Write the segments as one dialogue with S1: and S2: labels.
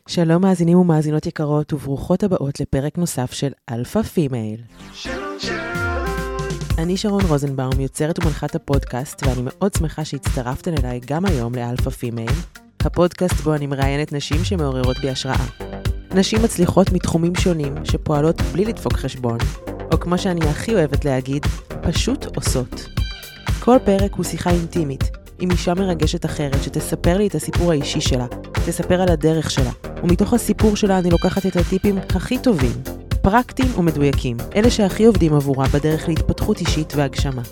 S1: שלום מאזינים ומאזינות יקרות וברוכות הבאות לפרק נוסף של אלפא פימייל. אני שרון רוזנבאום, יוצרת ומנחת הפודקאסט, ואני מאוד שמחה שהצטרפתן אליי גם היום לאלפא פימייל, הפודקאסט בו אני מראיינת נשים שמעוררות בי השראה. נשים מצליחות מתחומים שונים שפועלות בלי לדפוק חשבון, או כמו שאני הכי אוהבת להגיד, פשוט עושות. כל פרק הוא שיחה אינטימית, עם אישה מרגשת אחרת שתספר לי את הסיפור האישי שלה, תספר על הדרך שלה, ומתוך הסיפור שלה אני לוקחת את הטיפים הכי טובים, פרקטיים ומדויקים, אלה שהכי עובדים עבורה בדרך להתפתחות אישית והגשמה.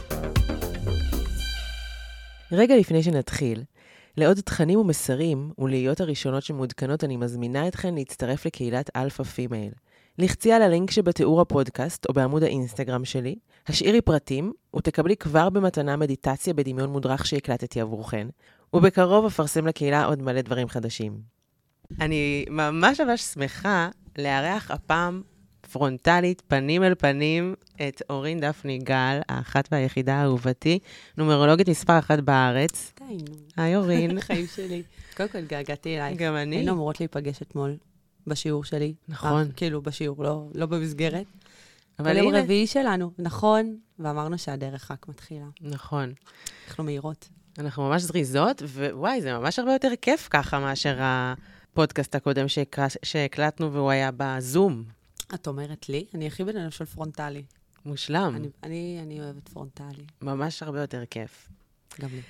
S1: רגע לפני שנתחיל, לעוד תכנים ומסרים ולהיות הראשונות שמעודכנות אני מזמינה אתכן להצטרף לקהילת אלפא פימייל. לחצי על הלינק שבתיאור הפודקאסט או בעמוד האינסטגרם שלי, השאירי פרטים ותקבלי כבר במתנה מדיטציה בדמיון מודרך שהקלטתי עבורכן, ובקרוב אפרסם לקהילה עוד מלא דברים חדשים. אני ממש שמחה לארח הפעם פרונטלית, פנים אל פנים, את אורין דפני גל, האחת והיחידה האהובתי, נומרולוגית מספר 1 בארץ.
S2: די, נו.
S1: היי אורין.
S2: חיים שלי. קודם כל געגעתי אלייך.
S1: גם אני.
S2: היינו אמורות להיפגש אתמול בשיעור שלי.
S1: נכון.
S2: כאילו בשיעור, לא במסגרת.
S1: אבל
S2: יום
S1: הנה.
S2: רביעי שלנו, נכון, ואמרנו שהדרך רק מתחילה.
S1: נכון.
S2: אנחנו מהירות.
S1: אנחנו ממש זריזות, ווואי, זה ממש הרבה יותר כיף ככה מאשר הפודקאסט הקודם שהקלטנו והוא היה בזום.
S2: את אומרת לי? אני הכי בן אדם של פרונטלי.
S1: מושלם.
S2: אני אוהבת פרונטלי.
S1: ממש הרבה יותר כיף.
S2: גם לי.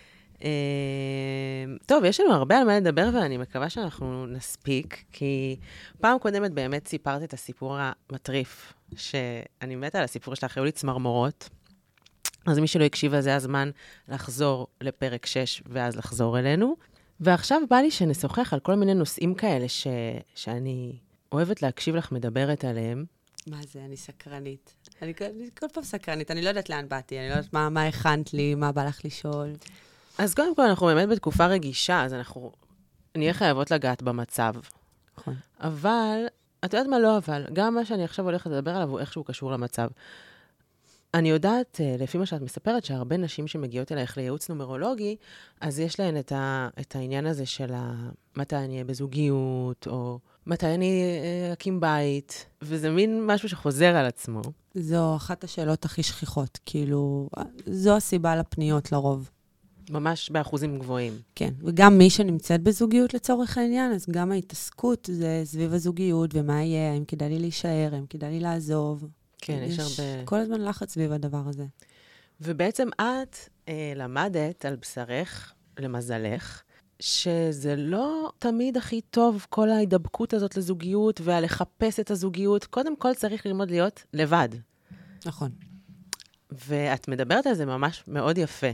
S1: טוב, יש לנו הרבה על מה לדבר, ואני מקווה שאנחנו נספיק, כי פעם קודמת באמת סיפרת את הסיפור המטריף, שאני מתה על הסיפור שלך, היו לי צמרמורות, אז מי שלא הקשיב, אז זה הזמן לחזור לפרק 6, ואז לחזור אלינו. ועכשיו בא לי שנשוחח על כל מיני נושאים כאלה שאני אוהבת להקשיב לך מדברת עליהם.
S2: מה זה? אני סקרנית. אני כל פעם סקרנית. אני לא יודעת לאן באתי, אני לא יודעת מה הכנת לי, מה בא לך לשאול.
S1: אז קודם כל, אנחנו באמת בתקופה רגישה, אז אנחנו נהיה חייבות לגעת במצב.
S2: נכון.
S1: אבל, את יודעת מה לא אבל, גם מה שאני עכשיו הולכת לדבר עליו הוא איכשהו קשור למצב. אני יודעת, לפי מה שאת מספרת, שהרבה נשים שמגיעות אלייך לייעוץ נומרולוגי, אז יש להן את העניין הזה של מתי אני אהיה בזוגיות, או מתי אני אקים בית, וזה מין משהו שחוזר על עצמו.
S2: זו אחת השאלות הכי שכיחות, כאילו, זו הסיבה לפניות לרוב.
S1: ממש באחוזים גבוהים.
S2: כן, וגם מי שנמצאת בזוגיות לצורך העניין, אז גם ההתעסקות זה סביב הזוגיות, ומה יהיה, האם כדאי לי להישאר, האם כדאי לי לעזוב.
S1: כן, יש הרבה...
S2: כל הזמן לחץ סביב הדבר הזה.
S1: ובעצם את למדת על בשרך, למזלך, שזה לא תמיד הכי טוב כל ההידבקות הזאת לזוגיות, ולחפש את הזוגיות. קודם כל צריך ללמוד להיות לבד.
S2: נכון.
S1: ואת מדברת על זה ממש מאוד יפה.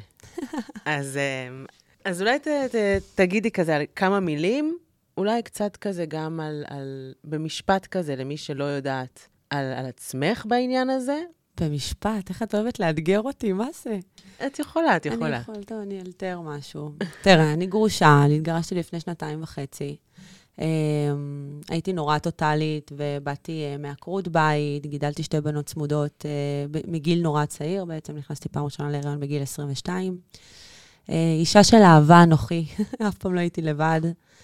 S1: אז אולי תגידי כזה על כמה מילים, אולי קצת כזה גם במשפט כזה, למי שלא יודעת, על עצמך בעניין הזה.
S2: במשפט, איך את אוהבת לאתגר אותי? מה זה?
S1: את יכולה.
S2: אני יכולה, טוב, אני אלתר משהו. תראה, אני גרושה, אני התגרשתי לפני 2.5. הייתי נורא טוטלית, ובאתי מעקרות בית, גידלתי 2 בנות צמודות, מגיל נורא צעיר, בעצם נכנסתי פעם ראשונה להיריון בגיל 22. אישה של אהבה אנוכי, אף פעם לא הייתי לבד.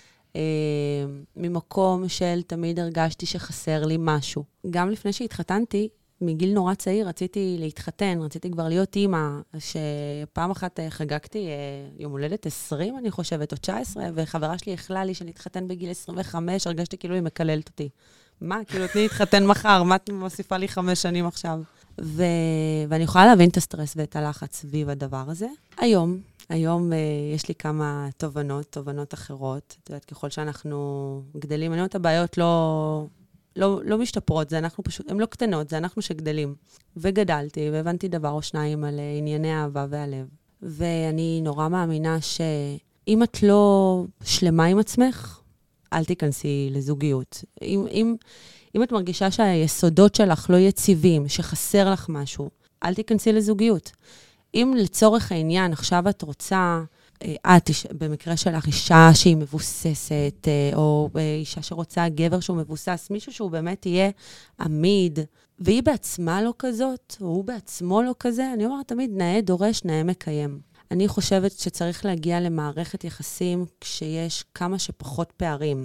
S2: ממקום של תמיד הרגשתי שחסר לי משהו. גם לפני שהתחתנתי, מגיל נורא צעיר רציתי להתחתן, רציתי כבר להיות אימא, שפעם אחת חגגתי יום הולדת 20, אני חושבת, או 19, וחברה שלי החלה לי שלהתחתן בגיל 25, הרגשתי כאילו היא מקללת אותי. מה? כאילו, תני להתחתן מחר, מה את מוסיפה לי 5 שנים עכשיו? ואני יכולה להבין את הסטרס ואת הלחץ סביב הדבר הזה. היום יש לי כמה תובנות אחרות. את יודעת, ככל שאנחנו גדלים, אני אומרת, הבעיות לא משתפרות, זה אנחנו פשוט, הן לא קטנות, זה אנחנו שגדלים. וגדלתי, והבנתי דבר או שניים על ענייני האהבה והלב. ואני נורא מאמינה שאם את לא שלמה עם עצמך, אל תיכנסי לזוגיות. אם את מרגישה שהיסודות שלך לא יציבים, שחסר לך משהו, אל תיכנסי לזוגיות. אם לצורך העניין, עכשיו את רוצה, במקרה שלך, אישה שהיא מבוססת, או אישה שרוצה גבר שהוא מבוסס, מישהו שהוא באמת יהיה עמיד, והיא בעצמה לא כזאת, או הוא בעצמו לא כזה, אני אומרת תמיד, נאה דורש, נאה מקיים. אני חושבת שצריך להגיע למערכת יחסים כשיש כמה שפחות פערים.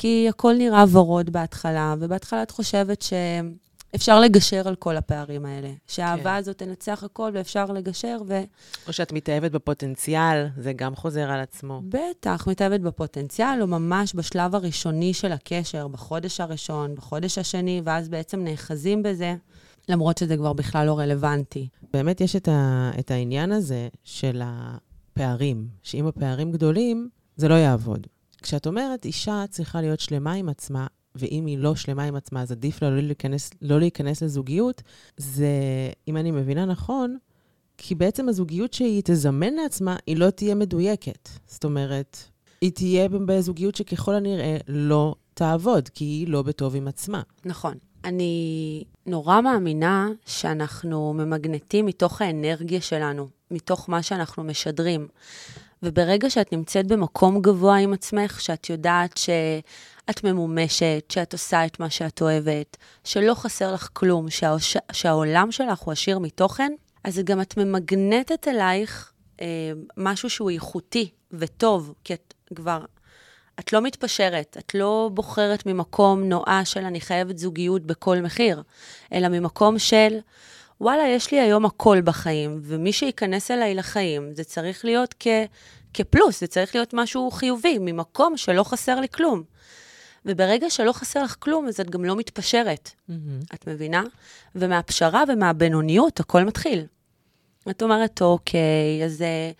S2: כי הכל נראה ורוד בהתחלה, ובהתחלה את חושבת שאפשר לגשר על כל הפערים האלה. שהאהבה הזאת תנצח הכל ואפשר לגשר
S1: או שאת מתאהבת בפוטנציאל, זה גם חוזר על עצמו.
S2: בטח, מתאהבת בפוטנציאל, או ממש בשלב הראשוני של הקשר, בחודש הראשון, בחודש השני, ואז בעצם נאחזים בזה, למרות שזה כבר בכלל לא רלוונטי.
S1: באמת יש את העניין הזה של הפערים, שאם הפערים גדולים, זה לא יעבוד. כשאת אומרת, אישה צריכה להיות שלמה עם עצמה, ואם היא לא שלמה עם עצמה, אז עדיף לה לא להיכנס לזוגיות, זה, אם אני מבינה נכון, כי בעצם הזוגיות שהיא תזמן לעצמה, היא לא תהיה מדויקת. זאת אומרת, היא תהיה בזוגיות שככל הנראה לא תעבוד, כי היא לא בטוב עם עצמה.
S2: נכון. אני נורא מאמינה שאנחנו ממגנטים מתוך האנרגיה שלנו, מתוך מה שאנחנו משדרים. וברגע שאת נמצאת במקום גבוה עם עצמך, שאת יודעת שאת ממומשת, שאת עושה את מה שאת אוהבת, שלא חסר לך כלום, שהעולם שלך הוא עשיר מתוכן, אז גם את ממגנטת אלייך משהו שהוא איכותי וטוב, כי את לא מתפשרת, את לא בוחרת ממקום נועה של אני חייבת זוגיות בכל מחיר, אלא ממקום של וואלה, יש לי היום הכל בחיים, ומי שיכנס אליי לחיים, זה צריך להיות כפלוס, זה צריך להיות משהו חיובי, ממקום שלא חסר לי כלום. וברגע שלא חסר לך כלום, אז את גם לא מתפשרת. את מבינה? ומהפשרה ומהבינוניות, הכל מתחיל. את אומרת, אוקיי, אז זה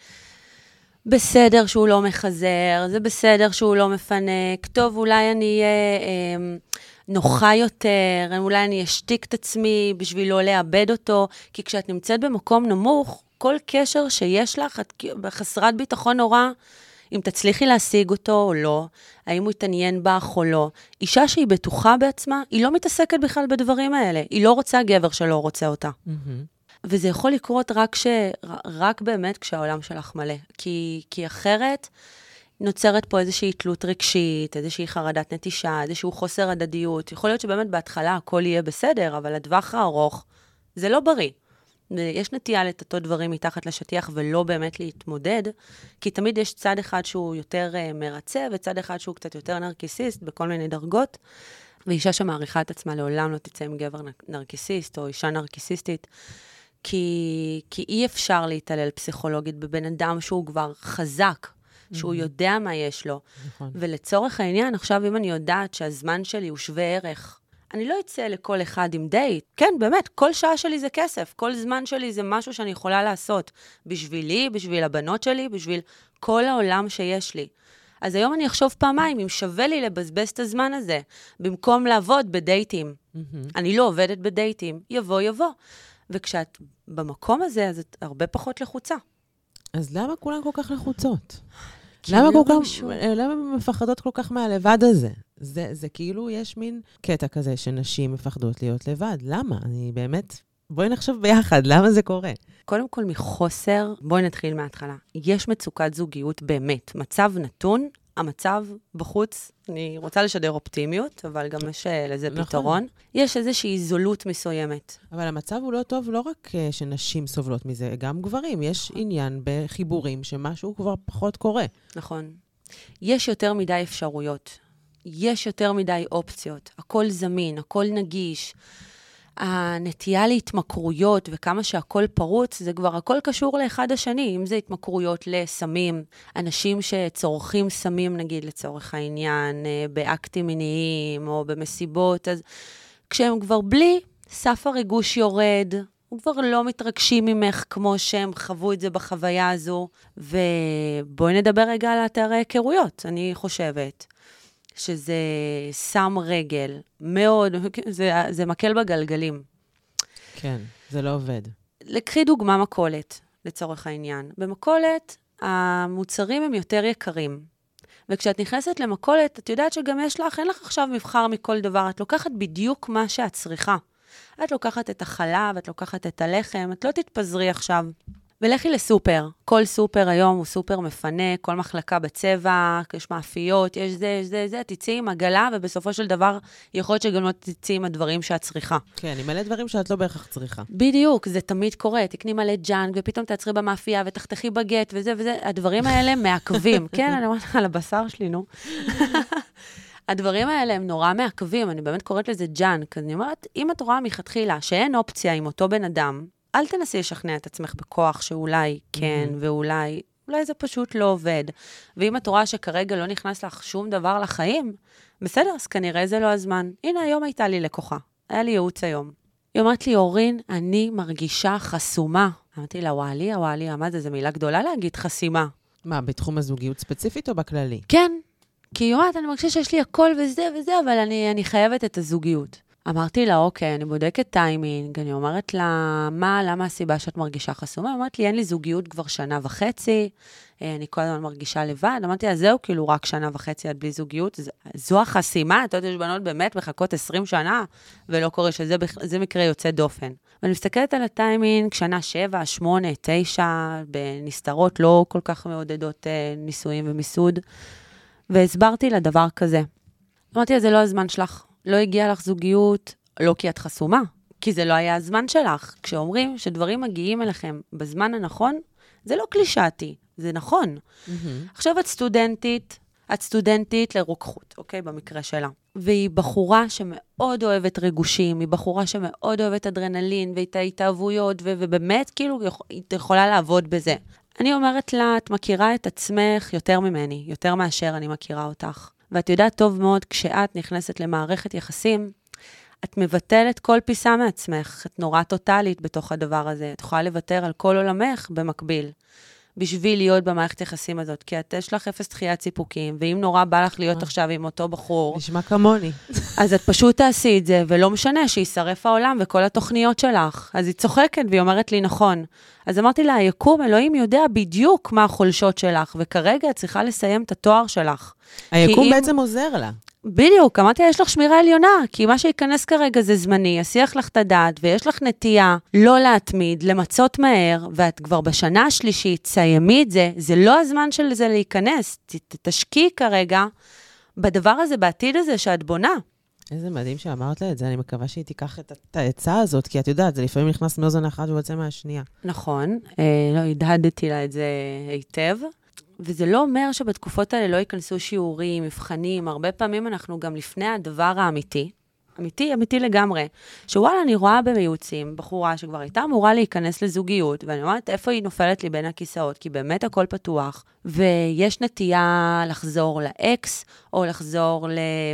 S2: בסדר שהוא לא מחזר, זה בסדר שהוא לא מפנק, טוב, אולי אני אהיה נוחה יותר, אולי אני אשתיק את עצמי בשביל לא לאבד אותו, כי כשאת נמצאת במקום נמוך, כל קשר שיש לך, את בחסרת ביטחון נורא, אם תצליחי להשיג אותו או לא, האם הוא יתעניין בך או לא. אישה שהיא בטוחה בעצמה, היא לא מתעסקת בכלל בדברים האלה. היא לא רוצה גבר שלא רוצה אותה. וזה יכול לקרות רק באמת כשהעולם שלך מלא. כי אחרת נוצרת פה איזושהי תלות רגשית, איזושהי חרדת נטישה, איזשהו חוסר הדדיות. יכול להיות שבאמת בהתחלה הכל יהיה בסדר, אבל לטווח הארוך זה לא בריא. יש נטייה לטאטא דברים מתחת לשטיח ולא באמת להתמודד, כי תמיד יש צד אחד שהוא יותר מרצה, וצד אחד שהוא קצת יותר נרקיסיסט בכל מיני דרגות, ואישה שמעריכה את עצמה לעולם לא תצא עם גבר נרקיסיסט או אישה נרקיסיסטית, כי אי אפשר להתעלל פסיכולוגית בבן אדם שהוא כבר חזק, שהוא יודע מה יש לו.
S1: נכון.
S2: ולצורך העניין, עכשיו אם אני יודעת שהזמן שלי הוא שווה ערך, אני לא אצא לכל אחד עם דייט. כן, באמת, כל שעה שלי זה כסף. כל זמן שלי זה משהו שאני יכולה לעשות. בשבילי, בשביל הבנות שלי, בשביל כל העולם שיש לי. אז היום אני אחשוב פעמיים, אם שווה לי לבזבז את הזמן הזה, במקום לעבוד בדייטים. אני לא עובדת בדייטים. יבוא. וכשאת במקום הזה, אז את הרבה פחות לחוצה.
S1: אז למה כולן כל כך לחוצות? למה מפחדות כל כך מהלבד הזה? זה כאילו יש מין קטע כזה שנשים מפחדות להיות לבד. למה? אני באמת, בואי נחשוב ביחד, למה זה קורה?
S2: קודם כל מחוסר, בואי נתחיל מההתחלה. יש מצוקת זוגיות באמת. מצב נתון, המצב בחוץ, אני רוצה לשדר אופטימיות, אבל גם יש לזה פתרון. יש איזושהי זולות מסוימת.
S1: אבל המצב הוא לא טוב, לא רק שנשים סובלות מזה, גם גברים. יש עניין בחיבורים שמשהו כבר פחות קורה.
S2: נכון. יש יותר מדי אפשרויות. יש יותר מדי אופציות. הכל זמין, הכל נגיש. הנטייה להתמכרויות וכמה שהכל פרוץ, זה כבר הכל קשור לאחד השני. אם זה התמכרויות לסמים, אנשים שצורכים סמים, נגיד לצורך העניין, באקטים מיניים או במסיבות, אז כשהם כבר בלי, סף הריגוש יורד, הם כבר לא מתרגשים ממך כמו שהם חוו את זה בחוויה הזו. ובואי נדבר רגע על אתרי היכרויות, אני חושבת. שזה שם רגל, מאוד, זה מקל בגלגלים.
S1: כן, זה לא עובד.
S2: לקחי דוגמה מכולת, לצורך העניין. במכולת, המוצרים הם יותר יקרים. וכשאת נכנסת למכולת, את יודעת שגם אין לך עכשיו מבחר מכל דבר, את לוקחת בדיוק מה שאת צריכה. את לוקחת את החלב, את לוקחת את הלחם, את לא תתפזרי עכשיו. ולכי לסופר. כל סופר היום הוא סופר מפנה, כל מחלקה בצבע, יש מאפיות, יש זה, תצאי עם עגלה, ובסופו של דבר יכול להיות שגם לא תצאי עם הדברים שאת צריכה. כן,
S1: עם מלא דברים שאת לא בהכרח צריכה.
S2: בדיוק, זה תמיד קורה. תקני מלא ג'אנק, ופתאום תעצרי במאפייה, ותחתכי בגט, וזה. הדברים האלה מעכבים. כן, אני אומרת על הבשר שלי, נו. הדברים האלה הם נורא מעכבים, אני באמת קוראת לזה ג'אנק. אני אומרת, אם את רואה מלכתחילה שאין אופציה עם אותו בן אדם, אל תנסי לשכנע את עצמך בכוח שאולי כן, ואולי זה פשוט לא עובד. ואם את רואה שכרגע לא נכנס לך שום דבר לחיים, בסדר, אז כנראה זה לא הזמן. הנה, היום הייתה לי לקוחה. היה לי ייעוץ היום. היא אומרת לי, אורין, אני מרגישה חסומה. אמרתי לה, וואלי, מה זה? זו מילה גדולה להגיד חסימה.
S1: מה, בתחום הזוגיות ספציפית או בכללי?
S2: כן, כי היא אומרת, אני מרגישה שיש לי הכל וזה, אבל אני חייבת את הזוגיות. אמרתי לה, אוקיי, אני בודקת טיימינג, אני אומרת לה, למה הסיבה שאת מרגישה חסומה? היא אומרת לי, אין לי זוגיות כבר 1.5 שנה, אני כל הזמן מרגישה לבד. אמרתי לה, זהו, כאילו רק 1.5 שנה עד בלי זוגיות, זו החסימה, את יודעת, יש בנות באמת מחכות 20 שנה, ולא קורה שזה מקרה יוצא דופן. ואני מסתכלת על הטיימינג, 7, 8, 9, בנסתרות לא כל כך מעודדות נישואים ומיסוד, והסברתי לה דבר כזה. אמרתי לה, זה לא הזמן שלך. לא הגיעה לך זוגיות, לא כי את חסומה, כי זה לא היה הזמן שלך. כשאומרים שדברים מגיעים אליכם בזמן הנכון, זה לא קלישאתי, זה נכון. עכשיו את סטודנטית לרוקחות, אוקיי? במקרה שלה. והיא בחורה שמאוד אוהבת ריגושים, היא בחורה שמאוד אוהבת אדרנלין, ואת ההתאהבויות, ובאמת כאילו היא יכולה לעבוד בזה. אני אומרת לה, את מכירה את עצמך יותר ממני, יותר מאשר אני מכירה אותך. ואת יודעת טוב מאוד, כשאת נכנסת למערכת יחסים, את מבטלת כל פיסה מעצמך, את נורא טוטלית בתוך הדבר הזה, את יכולה לוותר על כל עולמך במקביל, בשביל להיות במערכת יחסים הזאת, כי את יש לך 0 דחיית סיפוקים, ואם נורא בא לך להיות עכשיו עם אותו בחור,
S1: נשמע כמוני.
S2: אז את פשוט תעשי את זה, ולא משנה שישרף העולם וכל התוכניות שלך. אז היא צוחקת והיא אומרת לי, נכון. אז אמרתי לה, היקום, אלוהים יודע בדיוק מה החולשות שלך, וכרגע את צריכה לסיים את התואר שלך.
S1: היקום בעצם עוזר לה.
S2: בדיוק, אמרתי, יש לך שמירה עליונה, כי מה שיכנס כרגע זה זמני, יסיח לך את הדעת, ויש לך נטייה לא להתמיד, למצות מהר, ואת כבר בשנה השלישית, סיימי את זה, זה לא הזמן של זה להיכנס, תשקיעי כרגע בדבר הזה, בעתיד הזה שאת בונה.
S1: איזה מדהים שאמרת לה את זה, אני מקווה שהיא תיקח את העצה הזאת, כי את יודעת, זה לפעמים נכנס מאוזן אחת ויוצא מהשנייה.
S2: נכון, לא הדהדתי לה את זה היטב. וזה לא אומר שבתקופות האלה לא ייכנסו שיעורים, מבחנים, הרבה פעמים אנחנו גם לפני הדבר האמיתי, אמיתי לגמרי, שוואלה, אני רואה במיוצים, בחורה שכבר הייתה אמורה להיכנס לזוגיות, ואני אומרת, איפה היא נופלת לי בין הכיסאות, כי באמת הכל פתוח, ויש נטייה לחזור לאקס, או לחזור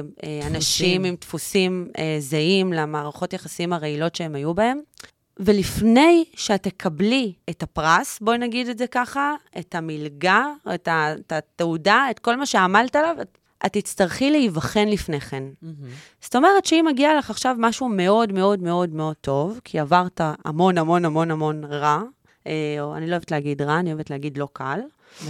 S2: לאנשים עם דפוסים זהים, למערכות יחסים הרעילות שהם היו בהם, ולפני שאת תקבלי את הפרס, בואי נגיד את זה ככה, את המלגה, את התעודה, את כל מה שעמלת עליו, את תצטרכי להיבחן לפני כן. זאת אומרת שאם מגיע לך עכשיו משהו מאוד מאוד מאוד מאוד טוב, כי עברת המון המון המון המון רע, או אני לא אוהבת להגיד רע, אני אוהבת להגיד לא קל.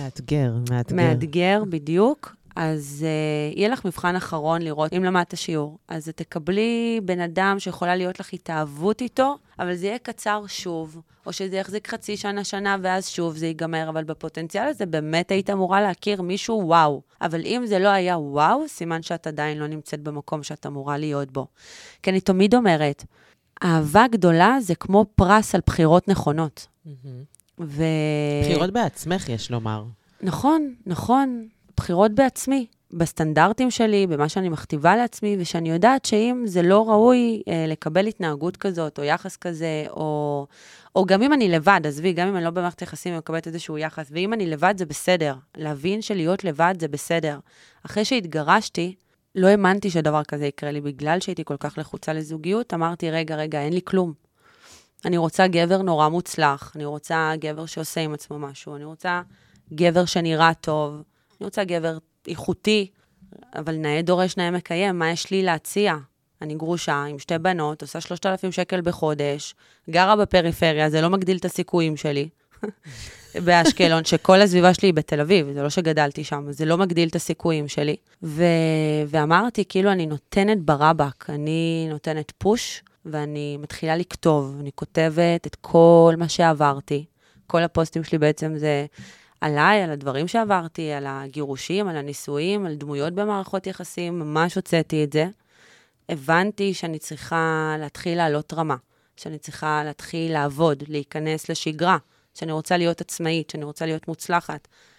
S2: מאתגר, בדיוק. אז יהיה לך מבחן אחרון לראות אם למדת שיעור. אז תקבלי בן אדם שיכולה להיות לך התאהבות איתו, אבל זה יהיה קצר שוב, או שזה יחזיק 0.5 שנה, ואז שוב זה ייגמר, אבל בפוטנציאל הזה באמת היית אמורה להכיר מישהו וואו. אבל אם זה לא היה וואו, סימן שאת עדיין לא נמצאת במקום שאת אמורה להיות בו. כי אני תמיד אומרת, אהבה גדולה זה כמו פרס על בחירות נכונות.
S1: בחירות בעצמך יש לומר.
S2: נכון. בחירות בעצמי, בסטנדרטים שלי, במה שאני מכתיבה לעצמי, ושאני יודעת שאם זה לא ראוי לקבל התנהגות כזאת, או יחס כזה, או גם אם אני לבד, עזבי, גם אם אני לא במערכת יחסים, אני מקבלת איזשהו יחס, ואם אני לבד זה בסדר, להבין שלהיות לבד זה בסדר. אחרי שהתגרשתי, לא האמנתי שדבר כזה יקרה לי, בגלל שהייתי כל כך לחוצה לזוגיות, אמרתי, רגע, אין לי כלום. אני רוצה גבר נורא מוצלח, אני רוצה גבר שעושה עם עצמו משהו, אני רוצה גבר שנראה טוב, אני רוצה גבר איכותי, אבל נאה דורש נאה מקיים, מה יש לי להציע? אני גרושה עם 2 בנות, עושה 3,000 שקל בחודש, גרה בפריפריה, זה לא מגדיל את הסיכויים שלי. באשקלון, שכל הסביבה שלי היא בתל אביב, זה לא שגדלתי שם, זה לא מגדיל את הסיכויים שלי. ואמרתי, כאילו אני נותנת ברבק, אני נותנת פוש, ואני מתחילה לכתוב, אני כותבת את כל מה שעברתי. כל הפוסטים שלי בעצם זה עליי, על הדברים שעברתי, על הגירושים, על הנישואים, על דמויות במערכות יחסים, ממש הוצאתי את זה. הבנתי שאני צריכה להתחיל לעלות רמה, שאני צריכה להתחיל לעבוד, להיכנס לשגרה, שאני רוצה להיות עצמאית, שאני רוצה להיות מוצלחת,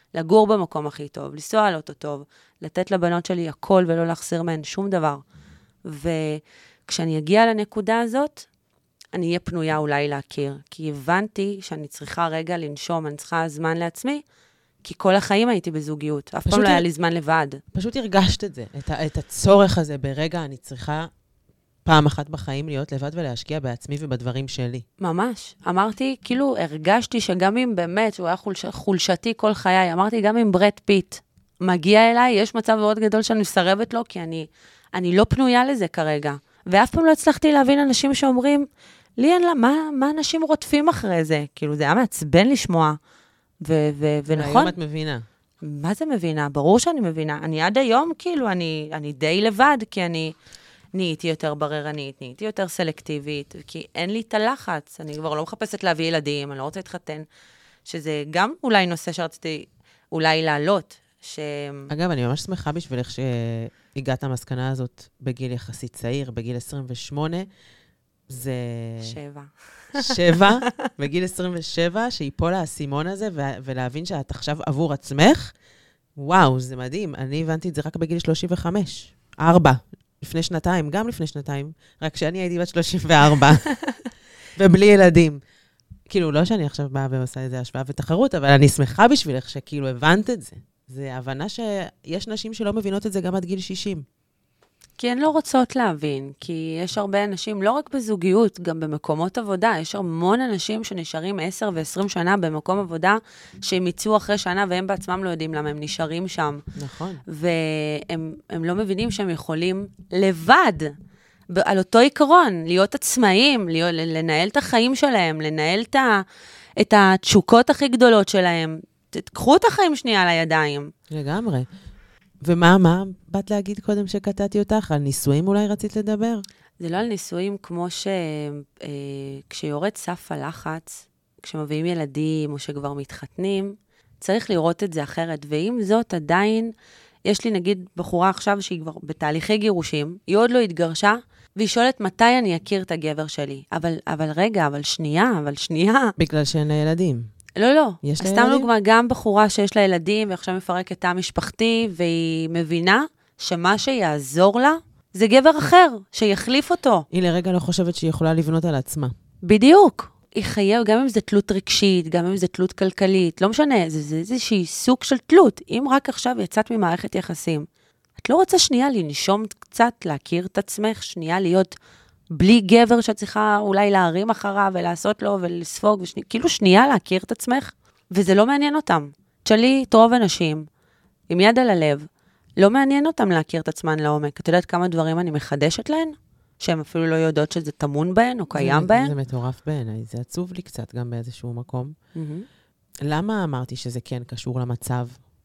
S2: לגור במקום הכי טוב, לנסוע על אוטו טוב, לתת לבנות שלי הכל ולא להחסיר מהן שום דבר. וכשאני אגיע לנקודה הזאת, אני אהיה פנויה אולי להכיר, כי הבנתי שאני צריכה רגע לנשום, אני צריכה זמן לעצמי, כי כל החיים הייתי בזוגיות, אף פעם לא היה לי זמן לבד.
S1: פשוט הרגשת את זה, את הצורך הזה ברגע, אני צריכה פעם אחת בחיים להיות לבד ולהשקיע בעצמי ובדברים שלי.
S2: ממש. אמרתי, כאילו הרגשתי שגם אם באמת, שהוא היה חולשתי כל חיי, אמרתי, גם אם ברד פיט מגיע אליי, יש מצב מאוד גדול שאני מסרבת לו, כי אני לא פנויה לזה כרגע. ואף פעם לא הצלחתי להבין אנשים שאומרים, לי אין לה, מה אנשים רודפים אחרי זה? כאילו, זה היה מעצבן לשמוע. ונכון.
S1: והיום את מבינה.
S2: מה זה מבינה? ברור שאני מבינה. אני עד היום, כאילו, אני די לבד, כי אני נהייתי יותר בררנית, נהייתי יותר סלקטיבית, כי אין לי את הלחץ. אני כבר לא מחפשת להביא ילדים, אני לא רוצה להתחתן, שזה גם אולי נושא שרציתי אולי לעלות.
S1: אגב, אני ממש שמחה בשבילך שהגעת המסקנה הזאת בגיל יחסית צעיר, בגיל 28, זה... 7, בגיל 27, שיפול האסימון הזה, ולהבין שאת עכשיו עבור עצמך, וואו, זה מדהים. אני הבנתי את זה רק בגיל 35, 4, לפני שנתיים, גם לפני שנתיים, רק שאני הייתי בת 34, ובלי ילדים. כאילו, לא שאני עכשיו באה ועושה איזה השוואה ותחרות, אבל אני שמחה בשבילך שכאילו הבנת את זה. זה הבנה שיש נשים שלא מבינות את זה גם עד גיל 60.
S2: כי הן לא רוצות להבין, כי יש הרבה אנשים, לא רק בזוגיות, גם במקומות עבודה, יש המון אנשים שנשארים 10 ו-20 שנה במקום עבודה, שהם יצאו אחרי שנה והם בעצמם לא יודעים למה הם נשארים שם.
S1: נכון.
S2: והם לא מבינים שהם יכולים לבד, על אותו עיקרון, להיות עצמאים, לנהל את החיים שלהם, לנהל את התשוקות הכי גדולות שלהם. תקחו את החיים שנייה לידיים.
S1: לגמרי. ומה באת להגיד קודם שקטעתי אותך? על נישואים אולי רצית לדבר?
S2: זה לא על נישואים כמו כשיורד סף הלחץ, כשמביאים ילדים או שכבר מתחתנים, צריך לראות את זה אחרת. ועם זאת עדיין, יש לי נגיד בחורה עכשיו שהיא כבר בתהליכי גירושים, היא עוד לא התגרשה, והיא שואלת מתי אני אכיר את הגבר שלי. אבל רגע, אבל שנייה.
S1: בגלל שאין לה ילדים.
S2: לא. סתם דוגמה, גם בחורה שיש לה ילדים, ועכשיו מפרקת תא משפחתי, והיא מבינה שמה שיעזור לה, זה גבר אחר, שיחליף אותו.
S1: היא לרגע לא חושבת שהיא יכולה לבנות על עצמה.
S2: בדיוק. היא חייב, גם אם זה תלות רגשית, גם אם זה תלות כלכלית, לא משנה, זה איזושהי סוג של תלות. אם רק עכשיו יצאת ממערכת יחסים, את לא רוצה שנייה לנשום קצת, להכיר את עצמך, שנייה להיות בלי גבר שאת צריכה אולי להרים אחריו ולעשות לו ולספוג, כאילו שנייה להכיר את עצמך, וזה לא מעניין אותם. תשאלי את רוב אנשים, עם יד על הלב, לא מעניין אותם להכיר את עצמן לעומק. את יודעת כמה דברים אני מחדשת להן? שהן אפילו לא יודעות שזה תמון בהן או קיים בהן?
S1: זה מטורף בעיניי, זה עצוב לי קצת גם באיזשהו מקום. למה אמרתי שזה כן קשור למצב?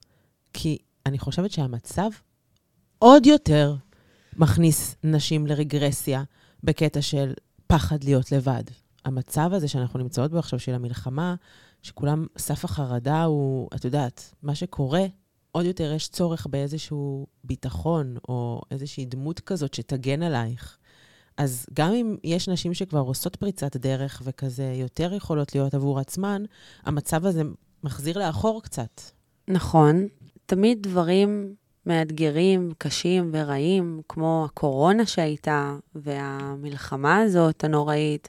S1: כי אני חושבת שהמצב עוד יותר מכניס נשים לרגרסיה, בקטע של פחד להיות לבד. המצב הזה שאנחנו נמצאות בו עכשיו של המלחמה, שכולם סף החרדה הוא, את יודעת, מה שקורה, עוד יותר יש צורך באיזשהו ביטחון, או איזושהי דמות כזאת שתגן עלייך. אז גם אם יש נשים שכבר עושות פריצת דרך, וכזה יותר יכולות להיות עבור עצמן, המצב הזה מחזיר לאחור קצת.
S2: נכון. תמיד דברים מאתגרים, קשים ורעים, כמו הקורונה שהייתה, והמלחמה הזאת הנוראית,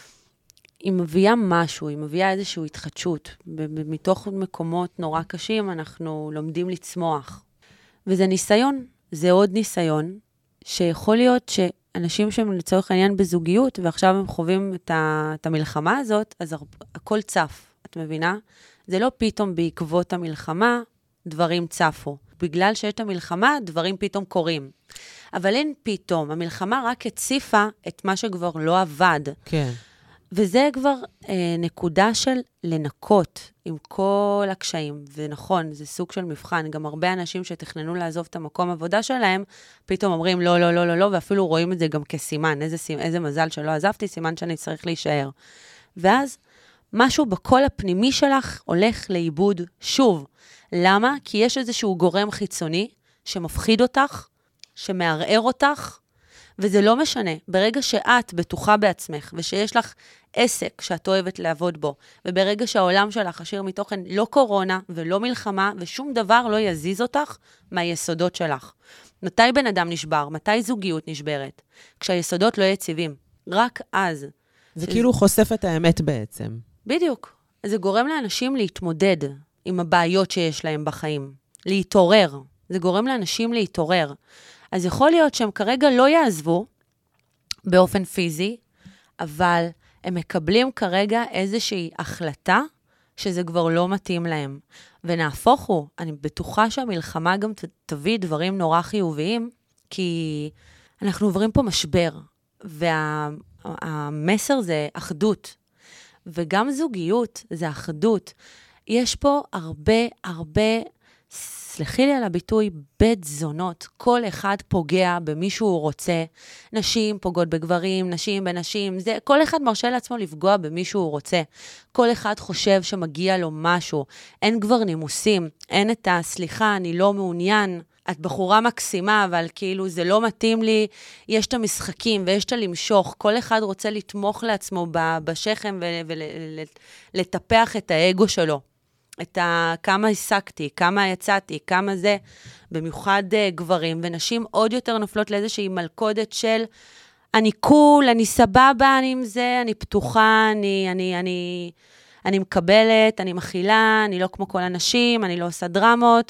S2: היא מביאה משהו, היא מביאה איזושהי התחדשות. מתוך מקומות נורא קשים אנחנו לומדים לצמוח. וזה ניסיון, זה עוד ניסיון, שיכול להיות שאנשים שהם לצורך העניין בזוגיות, ועכשיו הם חווים את המלחמה הזאת, אז הכל צף, את מבינה? זה לא פתאום בעקבות המלחמה, דברים צפו. בגלל שיש את המלחמה, דברים פתאום קורים. אבל אין פתאום, המלחמה רק הציפה את מה שכבר לא עבד.
S1: כן.
S2: וזה כבר נקודה של לנקות עם כל הקשיים. ונכון, זה סוג של מבחן. גם הרבה אנשים שתכננו לעזוב את המקום עבודה שלהם, פתאום אומרים לא, לא, לא, לא, לא, ואפילו רואים את זה גם כסימן. איזה מזל שלא עזבתי, סימן שאני צריך להישאר. ואז משהו בכל הפנימי שלך הולך לאיבוד שוב. למה? כי יש איזשהו גורם חיצוני שמפחיד אותך, שמערער אותך, וזה לא משנה, ברגע שאת בטוחה בעצמך, ושיש לך עסק שאת אוהבת לעבוד בו, וברגע שהעולם שלך עשיר מתוכן לא קורונה ולא מלחמה, ושום דבר לא יזיז אותך מהיסודות שלך. מתי בן אדם נשבר? מתי זוגיות נשברת? כשהיסודות לא יציבים. רק אז.
S1: זה כאילו חושף את האמת בעצם.
S2: בדיוק. זה גורם לאנשים להתמודד עם הבעיות שיש להם בחיים. להתעורר. זה גורם לאנשים להתעורר. אז יכול להיות שהם כרגע לא יעזבו באופן פיזי, אבל הם מקבלים כרגע איזושהי החלטה שזה כבר לא מתאים להם. ונהפוך הוא, אני בטוחה שהמלחמה גם תביא דברים נורא חיוביים, כי אנחנו עוברים פה משבר, והמסר זה אחדות, וגם זוגיות זה אחדות. יש פה הרבה, סלחי לי על הביטוי, בית זונות. כל אחד פוגע במי שהוא רוצה. נשים פוגעות בגברים, נשים בנשים. כל אחד מרשה לעצמו לפגוע במי שהוא רוצה. כל אחד חושב שמגיע לו משהו. אין כבר נימוסים. אין את הסליחה, אני לא מעוניין. את בחורה מקסימה, אבל כאילו זה לא מתאים לי. יש את המשחקים ויש את למשוך. כל אחד רוצה לתמוך לעצמו בשכם ולטפח את האגו שלו. כמה השגתי, כמה יצאתי, כמה זה, במיוחד גברים, ונשים עוד יותר נופלות לאיזושהי מלכודת של, אני קול, אני סבבה, אני עם זה, אני פתוחה, אני מקבלת, אני מכילה, אני לא כמו כל הנשים, אני לא עושה דרמות,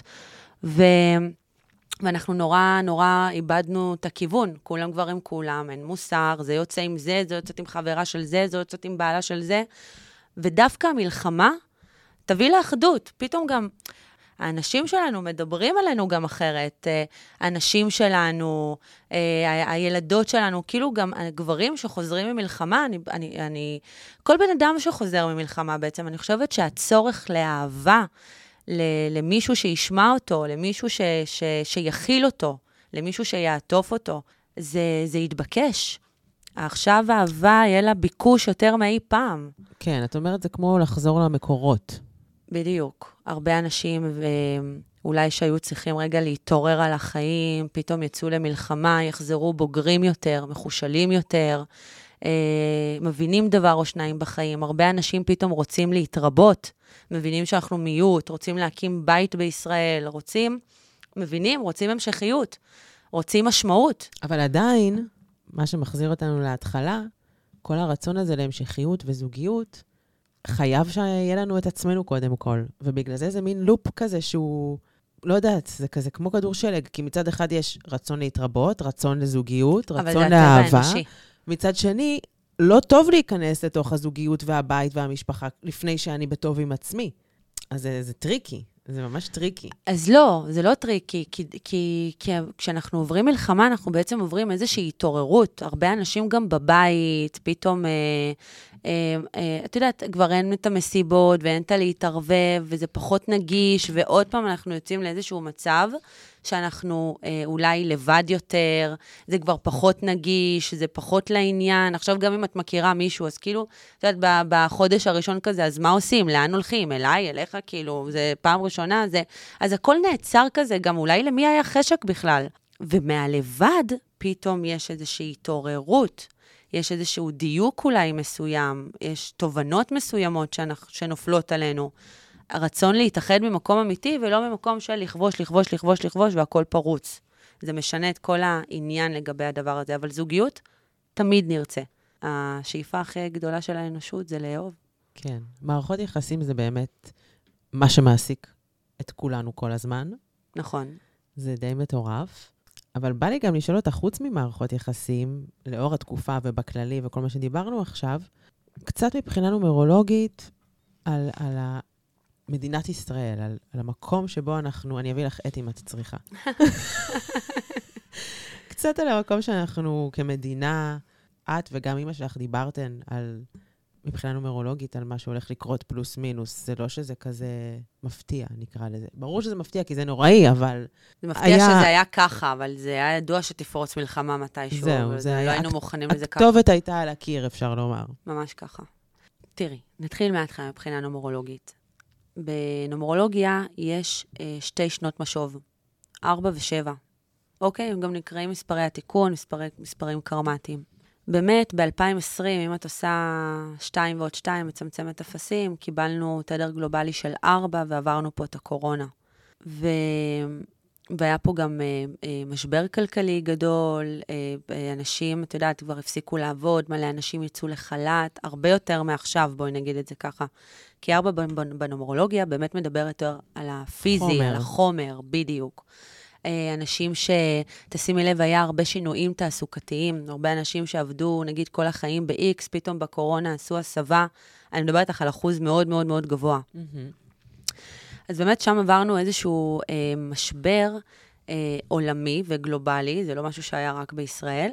S2: ואנחנו נורא איבדנו את הכיוון, כולם גברים כולם, אין מוסר, זה יוצא עם זה, זה יוצאת עם חברה של זה, זה יוצאת עם בעלה של זה, ודווקא המלחמה, תביא לאחדות. פתאום גם האנשים שלנו מדברים עלינו גם אחרת. האנשים שלנו, הילדות שלנו, כאילו גם הגברים שחוזרים ממלחמה, כל בן אדם שחוזר ממלחמה בעצם, אני חושבת שהצורך לאהבה, למישהו שישמע אותו, למישהו שיכיל אותו, למישהו שיעטוף אותו, זה יתבקש. עכשיו האהבה יהיה לה ביקוש יותר מאי פעם.
S1: כן, את אומרת, זה כמו לחזור למקורות.
S2: בדיוק. הרבה אנשים, ואולי שהיו צריכים רגע להתעורר על החיים, פתאום יצאו למלחמה, יחזרו בוגרים יותר, מחושלים יותר, מבינים דבר או שניים בחיים. הרבה אנשים פתאום רוצים להתרבות, מבינים שאנחנו מיעוט, רוצים להקים בית בישראל, רוצים המשכיות, רוצים משמעות.
S1: אבל עדיין, מה שמחזיר אותנו להתחלה, כל הרצון הזה להמשכיות וזוגיות, חייב שיהיה לנו את עצמנו קודם כל. ובגלל זה מין לופ כזה שהוא, לא יודעת, זה כזה כמו כדור שלג, כי מצד אחד יש רצון להתרבות, רצון לזוגיות, רצון לאהבה. מצד שני, לא טוב להיכנס לתוך הזוגיות והבית והמשפחה לפני שאני בטוב עם עצמי. אז זה טריקי. זה ממש טריקי.
S2: אז לא, זה לא טריקי, כי כשאנחנו עוברים מלחמה, אנחנו בעצם עוברים איזושהי התעוררות. הרבה אנשים גם בבית, פתאום, את יודעת, כבר אין את המסיבות, ואין את להתערבב, וזה פחות נגיש, ועוד פעם אנחנו יוצאים לאיזשהו מצב, שאנחנו אולי לבד יותר, זה כבר פחות נגיש, זה פחות לעניין. עכשיו גם אם את מכירה מישהו, אז כאילו, את יודעת, בחודש הראשון כזה, אז מה עושים? לאן הולכים? אליי, אליך, כאילו, זה פעם ראשונה, אז הכל נעצר כזה, גם אולי למי היה חשק בכלל. ומהלבד, פתאום יש איזושהי התעוררות, יש איזשהו דיוק אולי מסוים, יש תובנות מסוימות שנופלות עלינו. הרצון להתאחד ממקום אמיתי, ולא ממקום של לכבוש, והכל פרוץ. זה משנה את כל העניין לגבי הדבר הזה, אבל זוגיות תמיד נרצה. השאיפה הכי גדולה של האנושות זה לאהוב.
S1: כן, מערכות יחסים זה באמת מה שמעסיק את כולנו כל הזמן.
S2: נכון.
S1: זה די מטורף, אבל בא לי גם לשאול אותך, חוץ ממערכות יחסים, לאור התקופה ובכללי וכל מה שדיברנו עכשיו, קצת מבחינה נומרולוגית על מדינת ישראל, על המקום שבו אני אביא לך את אם את צריכה. קצת על המקום שאנחנו כמדינה, את וגם אמא שלך דיברתן על, מבחינה נומרולוגית, על מה שהולך לקרות פלוס מינוס. זה לא שזה כזה מפתיע, נקרא לזה. ברור שזה מפתיע, כי זה נוראי, אבל
S2: זה מפתיע שזה היה ככה, אבל זה היה ידוע שתפרוץ מלחמה מתישהו.
S1: זהו, זה היה.
S2: לא היינו מוכנים לזה ככה.
S1: הכתובת הייתה על הקיר, אפשר לומר.
S2: ממש ככה. תראי, נתחיל מההתחלה מבחינה נומרולוגית. בנומרולוגיה יש 2 שנות משוב, 4 ו7. אוקיי? הם גם נקראים מספרי התיקון, מספרים קרמטיים. באמת, ב-2020, אם את עושה 2 ועוד 2, מצמצמת אפסים, קיבלנו תדר גלובלי של 4, ועברנו פה את הקורונה. והיה פה גם משבר כלכלי גדול, אנשים, את יודעת, כבר הפסיקו לעבוד, מלא אנשים יצאו לחל"ת, הרבה יותר מעכשיו, בואי נגיד את זה ככה. כי 4 בנומרולוגיה באמת מדבר יותר על הפיזי, על החומר, בדיוק. אנשים שתשימי לב, היה הרבה שינויים תעסוקתיים, הרבה אנשים שעבדו, נגיד, כל החיים ב-X, פתאום בקורונה עשו הסבה, אני מדברת לך על אחוז מאוד מאוד מאוד גבוה. אז באמת שם עברנו איזשהו משבר עולמי וגלובלי, זה לא משהו שהיה רק בישראל,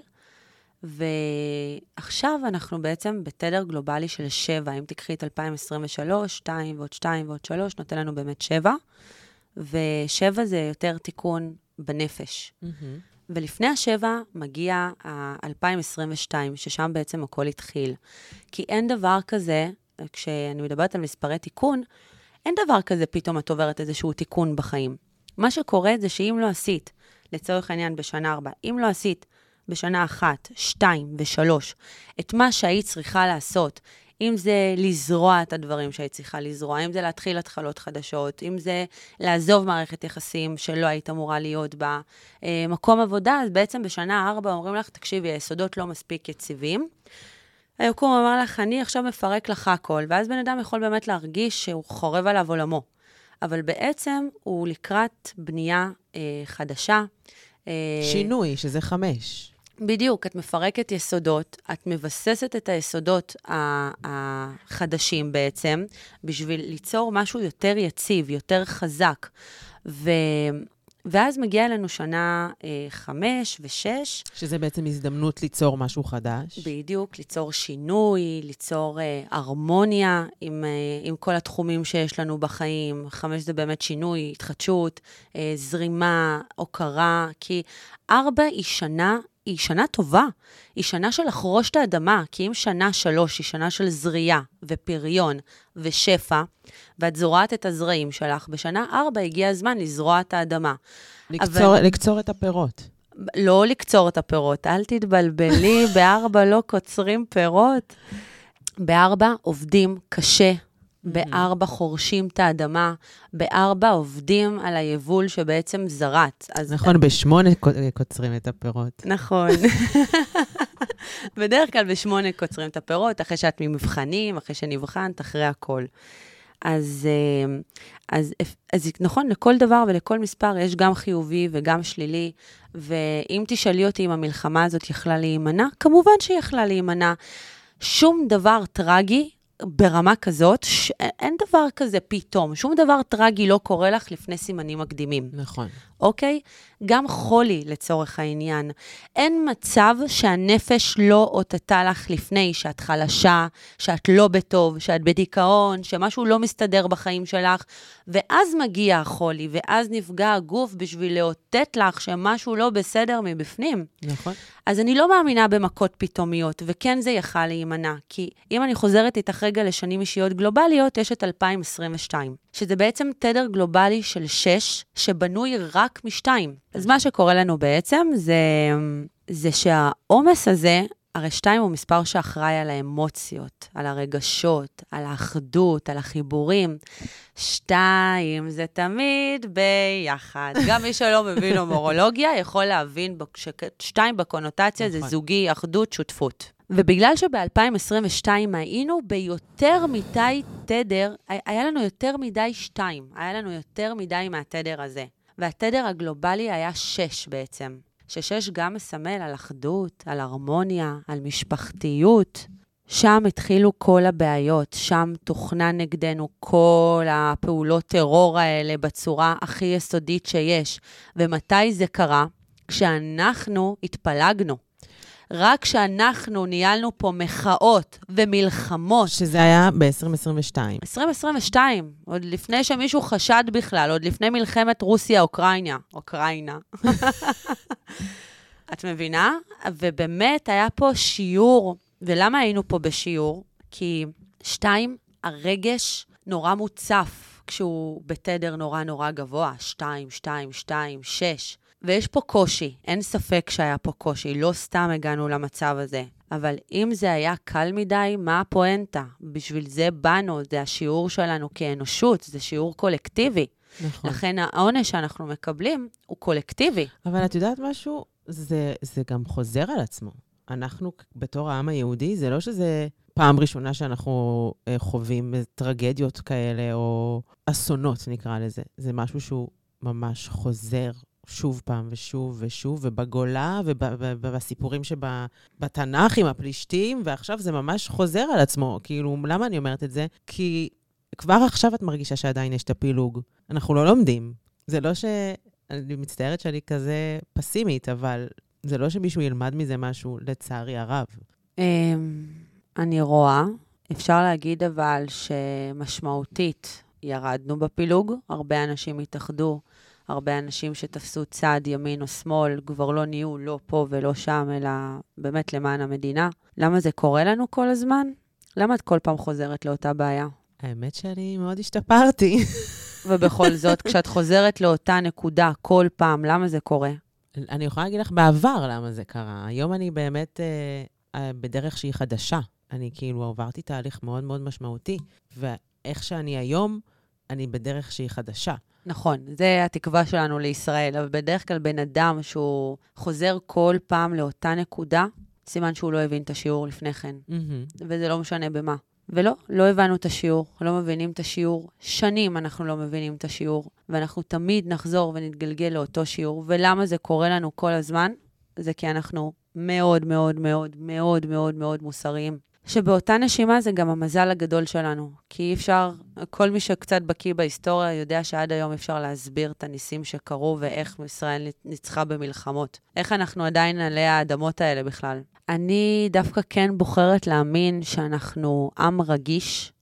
S2: ועכשיו אנחנו בעצם בתדר גלובלי של 7, אם תקחי את 2023, 2 ועוד 2 ועוד 3, נותן לנו באמת 7, ו7 זה יותר תיקון בנפש. ולפני ה7 מגיע ה-2022, ששם בעצם הכל התחיל. כי אין דבר כזה, כשאני מדברת על מספרי תיקון, אין דבר כזה פתאום את עוברת איזשהו תיקון בחיים. מה שקורה זה שאם לא עשית, לצורך העניין בשנה 4, אם לא עשית בשנה 1, 2 ו3, את מה שהיית צריכה לעשות, אם זה לזרוע את הדברים שהיית צריכה לזרוע, אם זה להתחיל התחלות חדשות, אם זה לעזוב מערכת יחסים שלא היית אמורה להיות בה, מקום עבודה, אז בעצם בשנה 4 אומרים לך, תקשיבי, היסודות לא מספיק יציבים, היקום אמר לך, אני עכשיו מפרק לך הכל, ואז בן אדם יכול באמת להרגיש שהוא חורב עליו עולמו. אבל בעצם הוא לקראת בנייה חדשה.
S1: שינוי, שזה 5.
S2: בדיוק, את מפרקת יסודות, את מבססת את היסודות החדשים בעצם, בשביל ליצור משהו יותר יציב, יותר חזק. ואז מגיע לנו שנה 5 ו6.
S1: שזה בעצם הזדמנות ליצור משהו חדש.
S2: בדיוק, ליצור שינוי, ליצור הרמוניה עם כל התחומים שיש לנו בחיים. 5 זה באמת שינוי, התחדשות, זרימה, הוקרה, כי 4 היא שנה טובה, היא שנה של לחרוש את האדמה, כי אם שנה 3 היא שנה של זריעה ופריון ושפע, ואת זורעת את הזרעים שלך, בשנה 4 הגיע הזמן לזרוע את האדמה.
S1: לקצור את הפירות.
S2: לא לקצור את הפירות, אל תתבלבלי, ב4 לא קוצרים פירות. ב4 עובדים קשה, ב4 חורשים את האדמה, ב4 עובדים על היבול שבעצם זרעת.
S1: נכון, ב8 קוצרים את הפירות.
S2: נכון. בדרך כלל ב8 קוצרים את הפירות, אחרי שאת ממבחנים, אחרי שנבחנת, אחרי הכל. אז נכון, לכל דבר ולכל מספר יש גם חיובי וגם שלילי, ואם תשאלי אותי אם המלחמה הזאת יכלה להימנע, כמובן שהיא יכלה להימנע. שום דבר טרגי ברמה כזאת, אין דבר כזה פתאום, שום דבר טרגי לא קורה לך לפני סימנים מקדימים.
S1: נכון.
S2: אוקיי? גם חולי לצורך העניין. אין מצב שהנפש לא אותתה לך לפני, שאת חלשה, שאת לא בטוב, שאת בדיכאון, שמשהו לא מסתדר בחיים שלך, ואז מגיע החולי, ואז נפגע הגוף בשביל לאותת לך שמשהו לא בסדר מבפנים.
S1: נכון.
S2: אז אני לא מאמינה במכות פתאומיות, וכן זה יכל להימנע, כי אם אני חוזרת איתך רגע לשנים אישיות גלובליות, יש את 2022, שזה בעצם תדר גלובלי של 6, שבנוי רק מ2. אז מה שקורה לנו בעצם, זה שהעומס הזה, הרי 2 הוא מספר שאחראי על האמוציות, על הרגשות, על האחדות, על החיבורים. 2 זה תמיד ביחד. גם מי שלא מבין נומרולוגיה יכול להבין ש2 בקונוטציה זה זוגי, אחדות, שותפות. ובגלל שב-2022 היינו ביותר מדי תדר, היה לנו יותר מדי 2, היה לנו יותר מדי מהתדר הזה. והתדר הגלובלי היה 6 בעצם. ש6 גם מסמל על אחדות, על הרמוניה, על משפחתיות. שם התחילו כל הבעיות, שם תוכנן נגדנו כל הפעולות טרור האלה בצורה הכי יסודית שיש. ומתי זה קרה? כשאנחנו התפלגנו. רק כשאנחנו ניהלנו פה מחאות ומלחמות.
S1: שזה היה ב-2022.
S2: 2022, עוד לפני שמישהו חשד בכלל, עוד לפני מלחמת רוסיה-אוקראינה. את מבינה? ובאמת היה פה שיעור, ולמה היינו פה בשיעור? כי 2, הרגש נורא מוצף, כשהוא בתדר נורא נורא גבוה, 2, 2, 2, 6. ויש פה קושי, אין ספק שהיה פה קושי, לא סתם הגענו למצב הזה. אבל אם זה היה קל מדי, מה הפואנטה? בשביל זה באנו, זה השיעור שלנו כאנושות, זה שיעור קולקטיבי.
S1: נכון.
S2: לכן העונש שאנחנו מקבלים הוא קולקטיבי.
S1: אבל את יודעת משהו? זה גם חוזר על עצמו. אנחנו בתור העם היהודי, זה לא שזה פעם ראשונה שאנחנו חווים טרגדיות כאלה, או אסונות נקרא לזה. זה משהו שהוא ממש חוזר שוב פעם ושוב ושוב, ובגולה, ובסיפורים שבתנ"ך עם הפלישתים, ועכשיו זה ממש חוזר על עצמו. כאילו, למה אני אומרת את זה? כי כבר עכשיו את מרגישה שעדיין יש את הפילוג. אנחנו לא לומדים. זה לא אני מצטערת שאני כזה פסימית, אבל זה לא שמישהו ילמד מזה משהו, לצערי הרב.
S2: אני רואה. אפשר להגיד אבל שמשמעותית ירדנו בפילוג. הרבה אנשים התאחדו, הרבה אנשים שתפסו צד ימין או שמאל, כבר לא נהיו לא פה ולא שם, אלא באמת למען המדינה. למה זה קורה לנו כל הזמן? למה את כל פעם חוזרת לאותה בעיה?
S1: האמת שאני מאוד השתפרתי.
S2: ובכל זאת, כשאת חוזרת לאותה נקודה כל פעם, למה זה קורה?
S1: אני יכולה להגיד לך בעבר למה זה קרה. היום אני באמת בדרך שהיא חדשה. אני כאילו עברתי תהליך מאוד מאוד משמעותי, ואיך שאני היום, אני בדרך שהיא חדשה.
S2: נכון, זה התקווה שלנו לישראל, אבל בדרך כלל בן אדם שהוא חוזר כל פעם לאותה נקודה, סימן שהוא לא הבין את השיעור לפני כן, וזה לא משנה במה. ולא, לא הבנו את השיעור, לא מבינים את השיעור. שנים אנחנו לא מבינים את השיעור, ואנחנו תמיד נחזור ונתגלגל לאותו שיעור. ולמה זה קורה לנו כל הזמן? זה כי אנחנו מאוד מאוד מאוד מאוד מאוד מאוד מוסריים. שבאותה נשימה זה גם המזל הגדול שלנו. כי אי אפשר, כל מי שקצת בקיא בהיסטוריה יודע שעד היום אפשר להסביר את הניסים שקרו ואיך ישראל ניצחה במלחמות. איך אנחנו עדיין עלי האדמות האלה בכלל. אני דווקא כן בוחרת להאמין שאנחנו עם רגיש,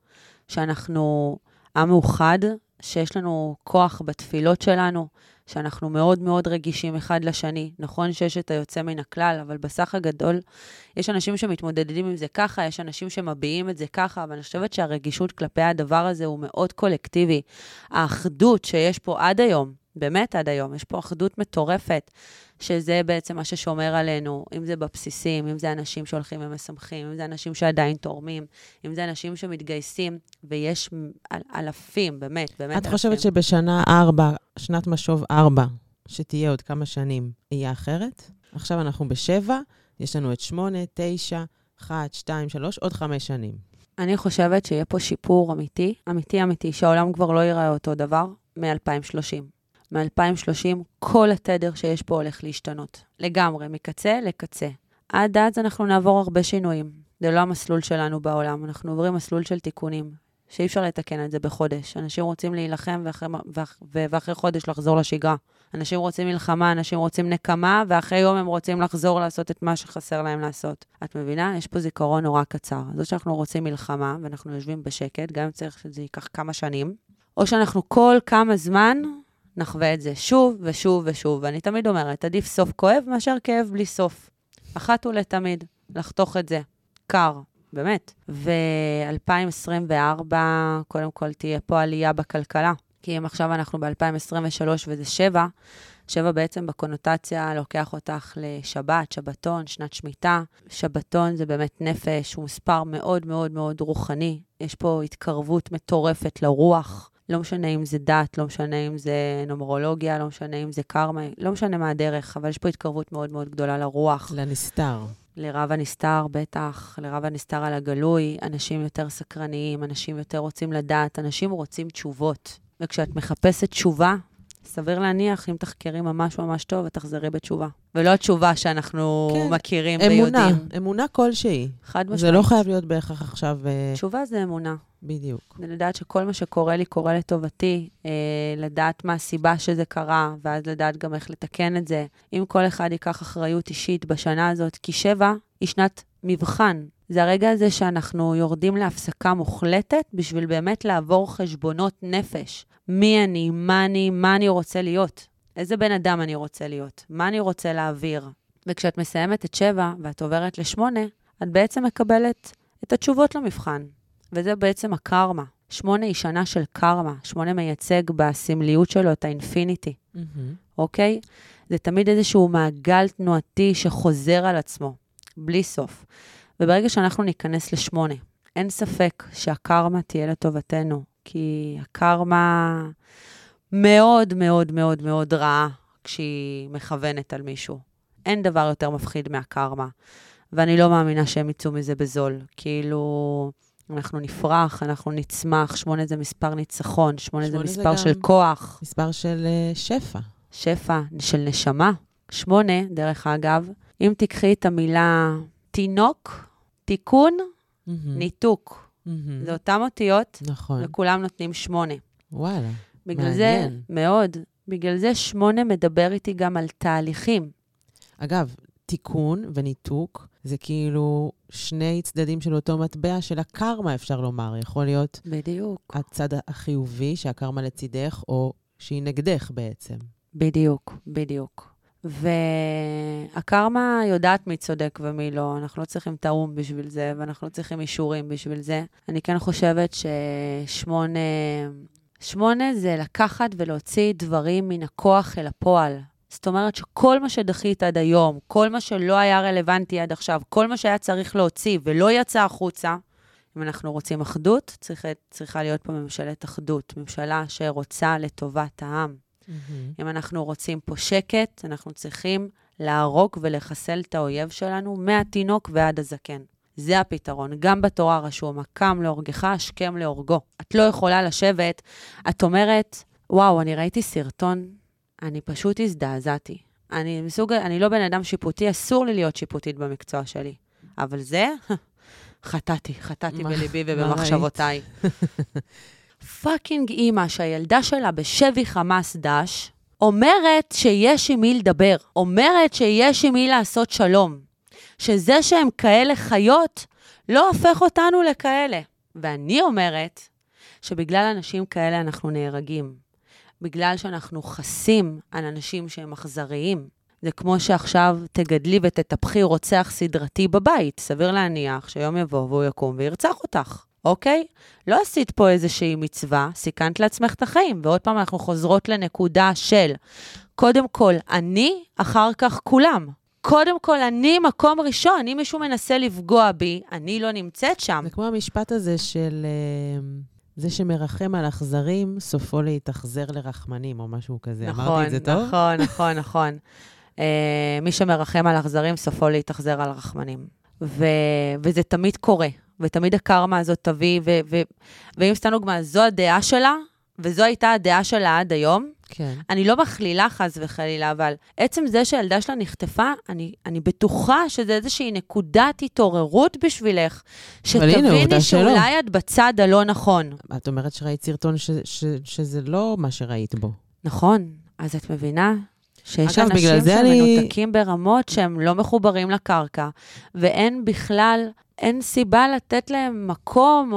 S2: שאנחנו עם מאוחד, שיש לנו כוח בתפילות שלנו, שאנחנו מאוד מאוד רגישים אחד לשני. נכון שיש את היוצא מן הכלל, אבל בסך הגדול יש אנשים שמתמודדים עם זה ככה, יש אנשים שמביעים את זה ככה, אבל אני חושבת שהרגישות כלפי הדבר הזה הוא מאוד קולקטיבי. האחדות שיש פה עד היום, באמת עד היום, יש פה אחדות מטורפת, שזה בעצם מה ששומר עלינו, אם זה בבסיסים, אם זה אנשים שהולכים ומשמחים, אם זה אנשים שעדיין תורמים, אם זה אנשים שמתגייסים, ויש אלפים, באמת, באמת
S1: את חושבת שבשנה 4, שנת משוב 4, שתהיה עוד כמה שנים, יהיה אחרת? עכשיו אנחנו ב7, יש לנו את 8, 9, 1, 2, 3, עוד 5 שנים.
S2: אני חושבת שיהיה פה שיפור אמיתי, אמיתי אמיתי, שהעולם כבר לא ייראה אותו דבר מ-2030. מ-2030 כל התדר שיש פה הולך להשתנות. לגמרי, מקצה לקצה. עד אז אנחנו נעבור הרבה שינויים. זה לא המסלול שלנו בעולם, אנחנו עוברים מסלול של תיקונים, שאי אפשר לתקן את זה בחודש. אנשים רוצים להילחם ואחרי חודש לחזור לשגרה. אנשים רוצים מלחמה, אנשים רוצים נקמה, ואחרי יום הם רוצים לחזור לעשות את מה שחסר להם לעשות. את מבינה? יש פה זיכרון נורא קצר. זאת שאנחנו רוצים מלחמה, ואנחנו יושבים בשקט, גם אם צריך שזה ייקח כמה שנים, או שאנחנו כל כמה זמן נחווה את זה שוב ושוב ושוב. ואני תמיד אומרת, עדיף סוף כואב מאשר כאב בלי סוף. אחת ולתמיד, לחתוך את זה. קר, באמת. ו-2024, קודם כל תהיה פה עלייה בכלכלה. כי אם עכשיו אנחנו ב-2023 וזה 7, 7 בעצם בקונוטציה לוקח אותך לשבת, שבתון, שנת שמיטה. שבתון זה באמת נפש, הוא מספר מאוד מאוד מאוד רוחני. יש פה התקרבות מטורפת לרוח. לא משנה אם זה דת, לא משנה אם זה נומרולוגיה, לא משנה אם זה קרמה, לא משנה מה הדרך, אבל יש פה התקרבות מאוד מאוד גדולה לרוח.
S1: לנסתר.
S2: לרב הנסתר, בטח, לרב הנסתר על הגלוי, אנשים יותר סקרניים, אנשים יותר רוצים לדעת, אנשים רוצים תשובות. וכשאת מחפשת תשובה, סביר להניח, אם תחקרי ממש ממש טוב, ותחזרי בתשובה. ולא התשובה שאנחנו מכירים ויודעים.
S1: אמונה כלשהי.
S2: חד משמעית.
S1: זה לא חייב להיות בהכרח עכשיו.
S2: תשובה זה אמונה.
S1: בדיוק.
S2: זה לדעת שכל מה שקורה לי קורה לטובתי, לדעת מה הסיבה שזה קרה, ואז לדעת גם איך לתקן את זה. אם כל אחד ייקח אחריות אישית בשנה הזאת, כי 7 היא שנת מבחן. זה הרגע הזה שאנחנו יורדים להפסקה מוחלטת, בשביל באמת לעבור חשבונות נפש. מי אני, מה אני רוצה להיות? איזה בן אדם אני רוצה להיות? מה אני רוצה להעביר? וכשאת מסיימת את 7 ואת עוברת ל8, את בעצם מקבלת את התשובות למבחן. וזה בעצם הקרמה. 8 היא שנה של קרמה. 8 מייצג בסמליות שלו את האינפיניטי. אוקיי? זה תמיד איזשהו מעגל תנועתי שחוזר על עצמו, בלי סוף. וברגע שאנחנו ניכנס ל8, אין ספק שהקרמה תהיה לטובתנו, כי הקרמה מאוד מאוד מאוד מאוד רעה כשהיא מכוונת על מישהו. אין דבר יותר מפחיד מהקרמה, ואני לא מאמינה שהם יצאו מזה בזול. כאילו, אנחנו נפרח, אנחנו נצמח, 8 זה מספר ניצחון, 8 זה מספר של כוח.
S1: מספר של שפע.
S2: שפע, של נשמה. 8, דרך אגב, אם תקחי את המילה תינוק, תיקון, ניתוק. זה אותם אותיות,
S1: נכון.
S2: וכולם נותנים 8.
S1: וואלה,
S2: בגלל זה, מאוד, בגלל זה 8 מדבר איתי גם על תהליכים.
S1: אגב, תיקון וניתוק, זה כאילו שני צדדים של אותו מטבע של הקרמה, אפשר לומר. יכול להיות
S2: בדיוק.
S1: הצד החיובי, שהקרמה לצידך, או שהיא נגדך בעצם.
S2: בדיוק, בדיוק. והקרמה יודעת מי צודק ומי לא. אנחנו לא צריכים תאום בשביל זה, ואנחנו לא צריכים אישורים בשביל זה. אני כן חושבת שמונה זה לקחת ולהוציא דברים מן הכוח אל הפועל. זאת אומרת שכל מה שדחית עד היום, כל מה שלא היה רלוונטי עד עכשיו, כל מה שהיה צריך להוציא ולא יצא החוצה, אם אנחנו רוצים אחדות, צריכה להיות פה ממשלת אחדות, ממשלה שרוצה לטובת העם. אם אנחנו רוצים פה שקט, אנחנו צריכים להרוג ולחסל את האויב שלנו מהתינוק ועד הזקן. זה הפתרון. גם בתורה רשום, הקם להורגך, השכם להורגו. את לא יכולה לשבת, את אומרת, וואו, אני ראיתי סרטון, אני פשוט הזדעזעתי. אני לא בן אדם שיפוטי, אסור לי להיות שיפוטית במקצוע שלי. אבל זה, חטאתי בליבי ובמחשבותיי. פאקינג אימא שהילדה שלה בשבי חמאס דש, אומרת שיש עם מי לדבר, אומרת שיש עם מי לעשות שלום, שזה שהם כאלה חיות, לא הופך אותנו לכאלה. ואני אומרת שבגלל אנשים כאלה אנחנו נהרגים, בגלל שאנחנו חסים על אנשים שהם אכזריים. זה כמו שעכשיו תגדלי ותטפחי רוצח סדרתי בבית, סביר להניח שיום יבוא והוא יקום וירצח אותך. אוקיי? לא עשית פה איזושהי מצווה, סיכנת לעצמך את החיים, ועוד פעם אנחנו חוזרות לנקודה של, קודם כל אני, אחר כך כולם. קודם כל אני מקום ראשון, אם מישהו מנסה לפגוע בי, אני לא נמצאת שם.
S1: זה כמו המשפט הזה של, זה שמרחם על אכזרים, סופו להתאכזר לרחמנים, או משהו כזה.
S2: נכון,
S1: אמרתי את זה טוב?
S2: נכון. מי שמרחם על אכזרים, סופו להתאכזר על רחמנים. וזה תמיד קורה. ותמיד הקרמה הזאת תביא, ואם סתם דוגמה, זו הדעה שלה, וזו הייתה הדעה שלה עד היום.
S1: כן.
S2: אני לא מכלילה חס וחלילה, אבל עצם זה שהילדה שלה נחטפה, אני בטוחה שזה איזושהי נקודת התעוררות בשבילך, שתביני שאולי את בצד הלא נכון.
S1: את אומרת שראית סרטון שזה לא מה שראית בו.
S2: נכון, אז את מבינה? שיש אנשים שמנותקים ברמות שהם לא מחוברים לקרקע, ואין בכלל, אין סיבה לתת להם מקום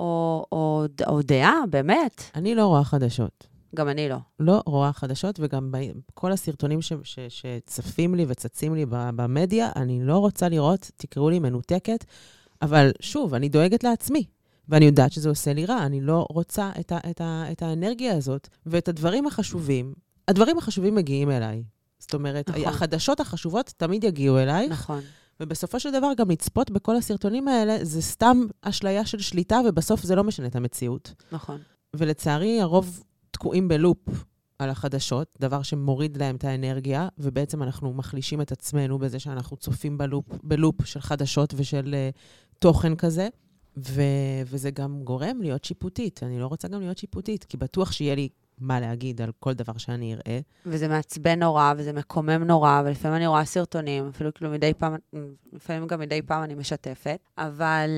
S2: או דעה, באמת.
S1: אני לא רואה חדשות.
S2: גם אני לא.
S1: לא רואה חדשות, וגם כל הסרטונים שצפים לי וצצים לי במדיה, אני לא רוצה לראות, תקראו לי מנותקת, אבל שוב, אני דואגת לעצמי, ואני יודעת שזה עושה לי רע, אני לא רוצה את האנרגיה הזאת, ואת הדברים החשובים, הדברים החשובים מגיעים אליי. זאת אומרת, נכון. החדשות החשובות תמיד יגיעו אליי.
S2: נכון.
S1: ובסופו של דבר גם לצפות בכל הסרטונים האלה, זה סתם אשליה של שליטה, ובסוף זה לא משנה את המציאות.
S2: נכון.
S1: ולצערי, הרוב תקועים בלופ על החדשות, דבר שמוריד להם את האנרגיה, ובעצם אנחנו מחלישים את עצמנו בזה שאנחנו צופים בלופ של חדשות ושל תוכן כזה, וזה גם גורם להיות שיפוטית. אני לא רוצה גם להיות שיפוטית, כי בטוח שיהיה לי מה להגיד על כל דבר שאני אראה.
S2: וזה מעצבן נורא, וזה מקומם נורא, ולפעמים אני רואה סרטונים, אפילו כאילו מדי פעם, לפעמים גם מדי פעם אני משתפת, אבל,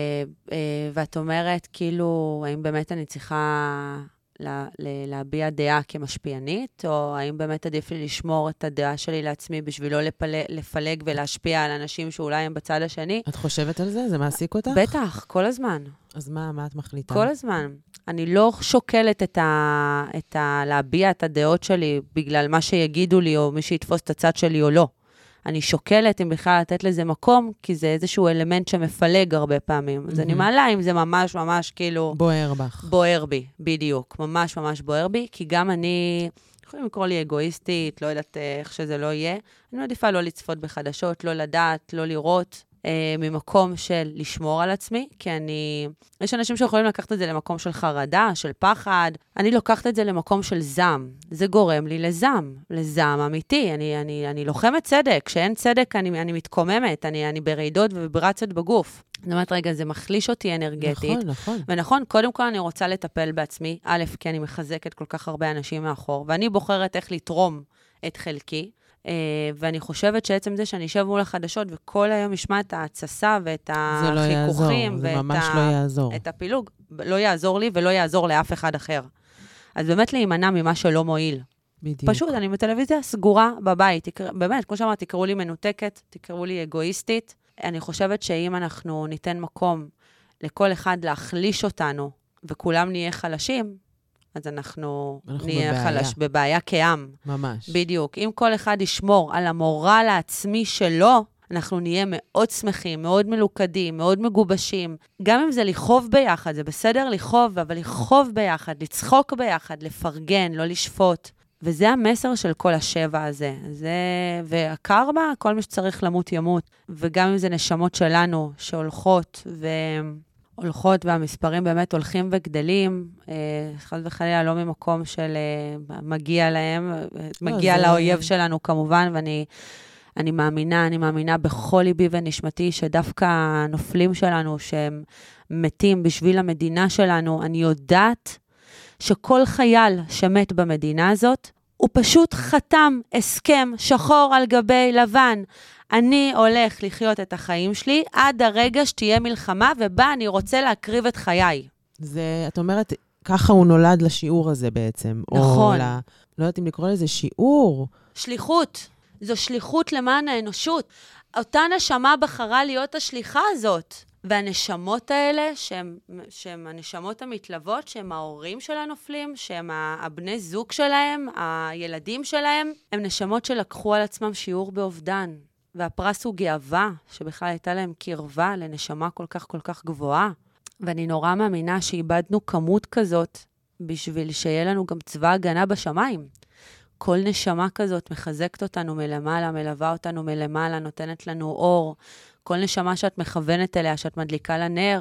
S2: ואת אומרת, כאילו, האם באמת אני צריכה להביע דעה כמשפיענית, או האם באמת עדיף לי לשמור את הדעה שלי לעצמי, בשביל לא לפלג ולהשפיע על אנשים שאולי הם בצד השני?
S1: את חושבת על זה? זה מעסיק אותך?
S2: בטח, כל הזמן.
S1: אז מה את מחליטה?
S2: כל הזמן. אני לא שוקלת להביע את הדעות שלי בגלל מה שיגידו לי, או מי שיתפוס את הצד שלי או לא. אני שוקלת אם בכלל לתת לזה מקום, כי זה איזשהו אלמנט שמפלג הרבה פעמים. אז אני מעלה אם זה ממש ממש כאילו...
S1: בוער בך.
S2: בוער בי, בדיוק. ממש ממש בוער בי, כי גם אני יכולים לקרוא לי אגואיסטית, לא יודעת איך שזה לא יהיה. אני מעדיפה לא לצפות בחדשות, לא לדעת, לא לראות, ממקום של לשמור על עצמי, כי יש אנשים שיכולים לקחת את זה למקום של חרדה, של פחד. אני לוקחת את זה למקום של זעם. זה גורם לי לזעם אמיתי. אני לוחמת צדק. כשאין צדק, אני מתקוממת, אני ברעידות וברצות בגוף. זאת אומרת, רגע, זה מחליש אותי אנרגטית.
S1: נכון.
S2: ונכון, קודם כל אני רוצה לטפל בעצמי. א', כי אני מחזקת כל כך הרבה אנשים מאחור, ואני בוחרת איך לתרום את חלקי. ואני חושבת שעצם זה שאני אשב מול החדשות, וכל היום ישמע את ההצסה ואת החיכוכים,
S1: זה ממש לא יעזור.
S2: את הפילוג, לא יעזור לי ולא יעזור לאף אחד אחר. אז באמת להימנע ממה שלא מועיל.
S1: בדיוק.
S2: פשוט, אני בטלוויזיה סגורה בבית. באמת, כמו שאמרת, תקראו לי מנותקת, תקראו לי אגואיסטית. אני חושבת שאם אנחנו ניתן מקום לכל אחד להחליש אותנו, וכולם נהיה חלשים, אז אנחנו נהיה בבעיה כעם.
S1: ממש.
S2: בדיוק. אם כל אחד ישמור על המורל העצמי שלו, אנחנו נהיה מאוד שמחים, מאוד מלוכדים, מאוד מגובשים. גם אם זה לכאוב ביחד, זה בסדר לכאוב, אבל לכאוב ביחד, לצחוק ביחד, לפרגן, לא לשפוט. וזה המסר של כל השבע הזה. והקרמה, כל מי שצריך למות ימות. וגם אם זה נשמות שלנו שהולכות, והמספרים באמת הולכים וגדלים, חד וחלילה לא ממקום של מגיע להם, מגיע לאויב שלנו כמובן, ואני מאמינה בכל ליבי ונשמתי, שדווקא הנופלים שלנו, שהם מתים בשביל המדינה שלנו, אני יודעת שכל חייל שמת במדינה הזאת, הוא פשוט חתם הסכם שחור על גבי לבן. אני הולך לחיות את החיים שלי עד הרגע שתהיה מלחמה, ובה אני רוצה להקריב את חיי.
S1: את אומרת, ככה הוא נולד לשיעור הזה בעצם.
S2: נכון.
S1: או לא יודעת אם לקרוא לזה שיעור.
S2: שליחות. זו שליחות למען האנושות. אותה נשמה בחרה להיות השליחה הזאת. והנשמות האלה, שהן הנשמות המתלוות, שהן ההורים של הנופלים, שהן הבני זוג שלהם, הילדים שלהם, הן נשמות שלקחו על עצמם שיעור באובדן. והפרס הוא גאווה, שבכלל הייתה להם קרבה לנשמה כל כך כל כך גבוהה. ואני נורא מאמינה שאיבדנו כמות כזאת, בשביל שיהיה לנו גם צבא הגנה בשמיים. כל נשמה כזאת מחזקת אותנו מלמעלה, מלווה אותנו מלמעלה, נותנת לנו אור. כל נשמה שאת מכוונת אליה, שאת מדליקה לנר,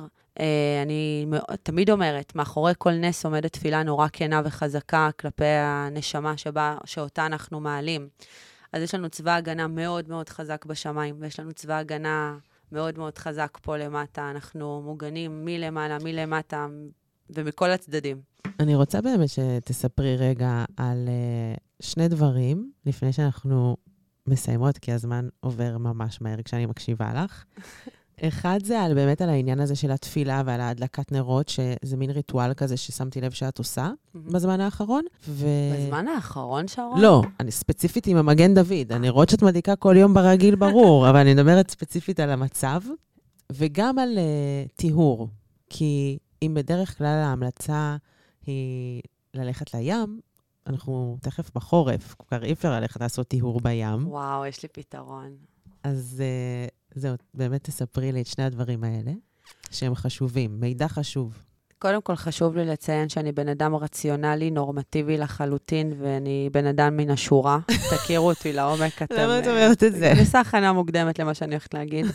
S2: אני תמיד אומרת, מאחורי כל נס עומדת תפילה נורא כנה וחזקה כלפי הנשמה שאותה אנחנו מעלים. אז יש לנו צבא הגנה מאוד מאוד חזק בשמיים, ויש לנו צבא הגנה מאוד מאוד חזק פה למטה. אנחנו מוגנים מלמעלה, מלמטה, ומכל הצדדים.
S1: אני רוצה באמת שתספרי רגע על שני דברים, לפני שאנחנו מסיימות, כי הזמן עובר ממש מהר כשאני מקשיבה לך. אחד זה באמת על העניין הזה של התפילה ועל ההדלקת נרות, שזה מין ריטואל כזה ששמתי לב שאת עושה בזמן האחרון.
S2: בזמן האחרון, שרון?
S1: לא, אני ספציפית עם המגן דוד. הנרות שאת מדליקה כל יום ברגיל ברור, אבל אני מדברת ספציפית על המצב, וגם על טיהור. כי אם בדרך כלל ההמלצה היא ללכת לים, אנחנו תכף בחורף, כבר אי אפשר ללכת לעשות טיהור בים.
S2: וואו, יש לי פתרון.
S1: אז זהו, באמת תספרי לי את שני הדברים האלה, שהם חשובים, מידע חשוב.
S2: קודם כל חשוב לי לציין שאני בן אדם רציונלי, נורמטיבי לחלוטין, ואני בן אדם מן השורה. תכירו אותי לעומק.
S1: למה את אומרת את זה?
S2: אני עושה הכנה מוקדמת למה שאני הולכת להגיד.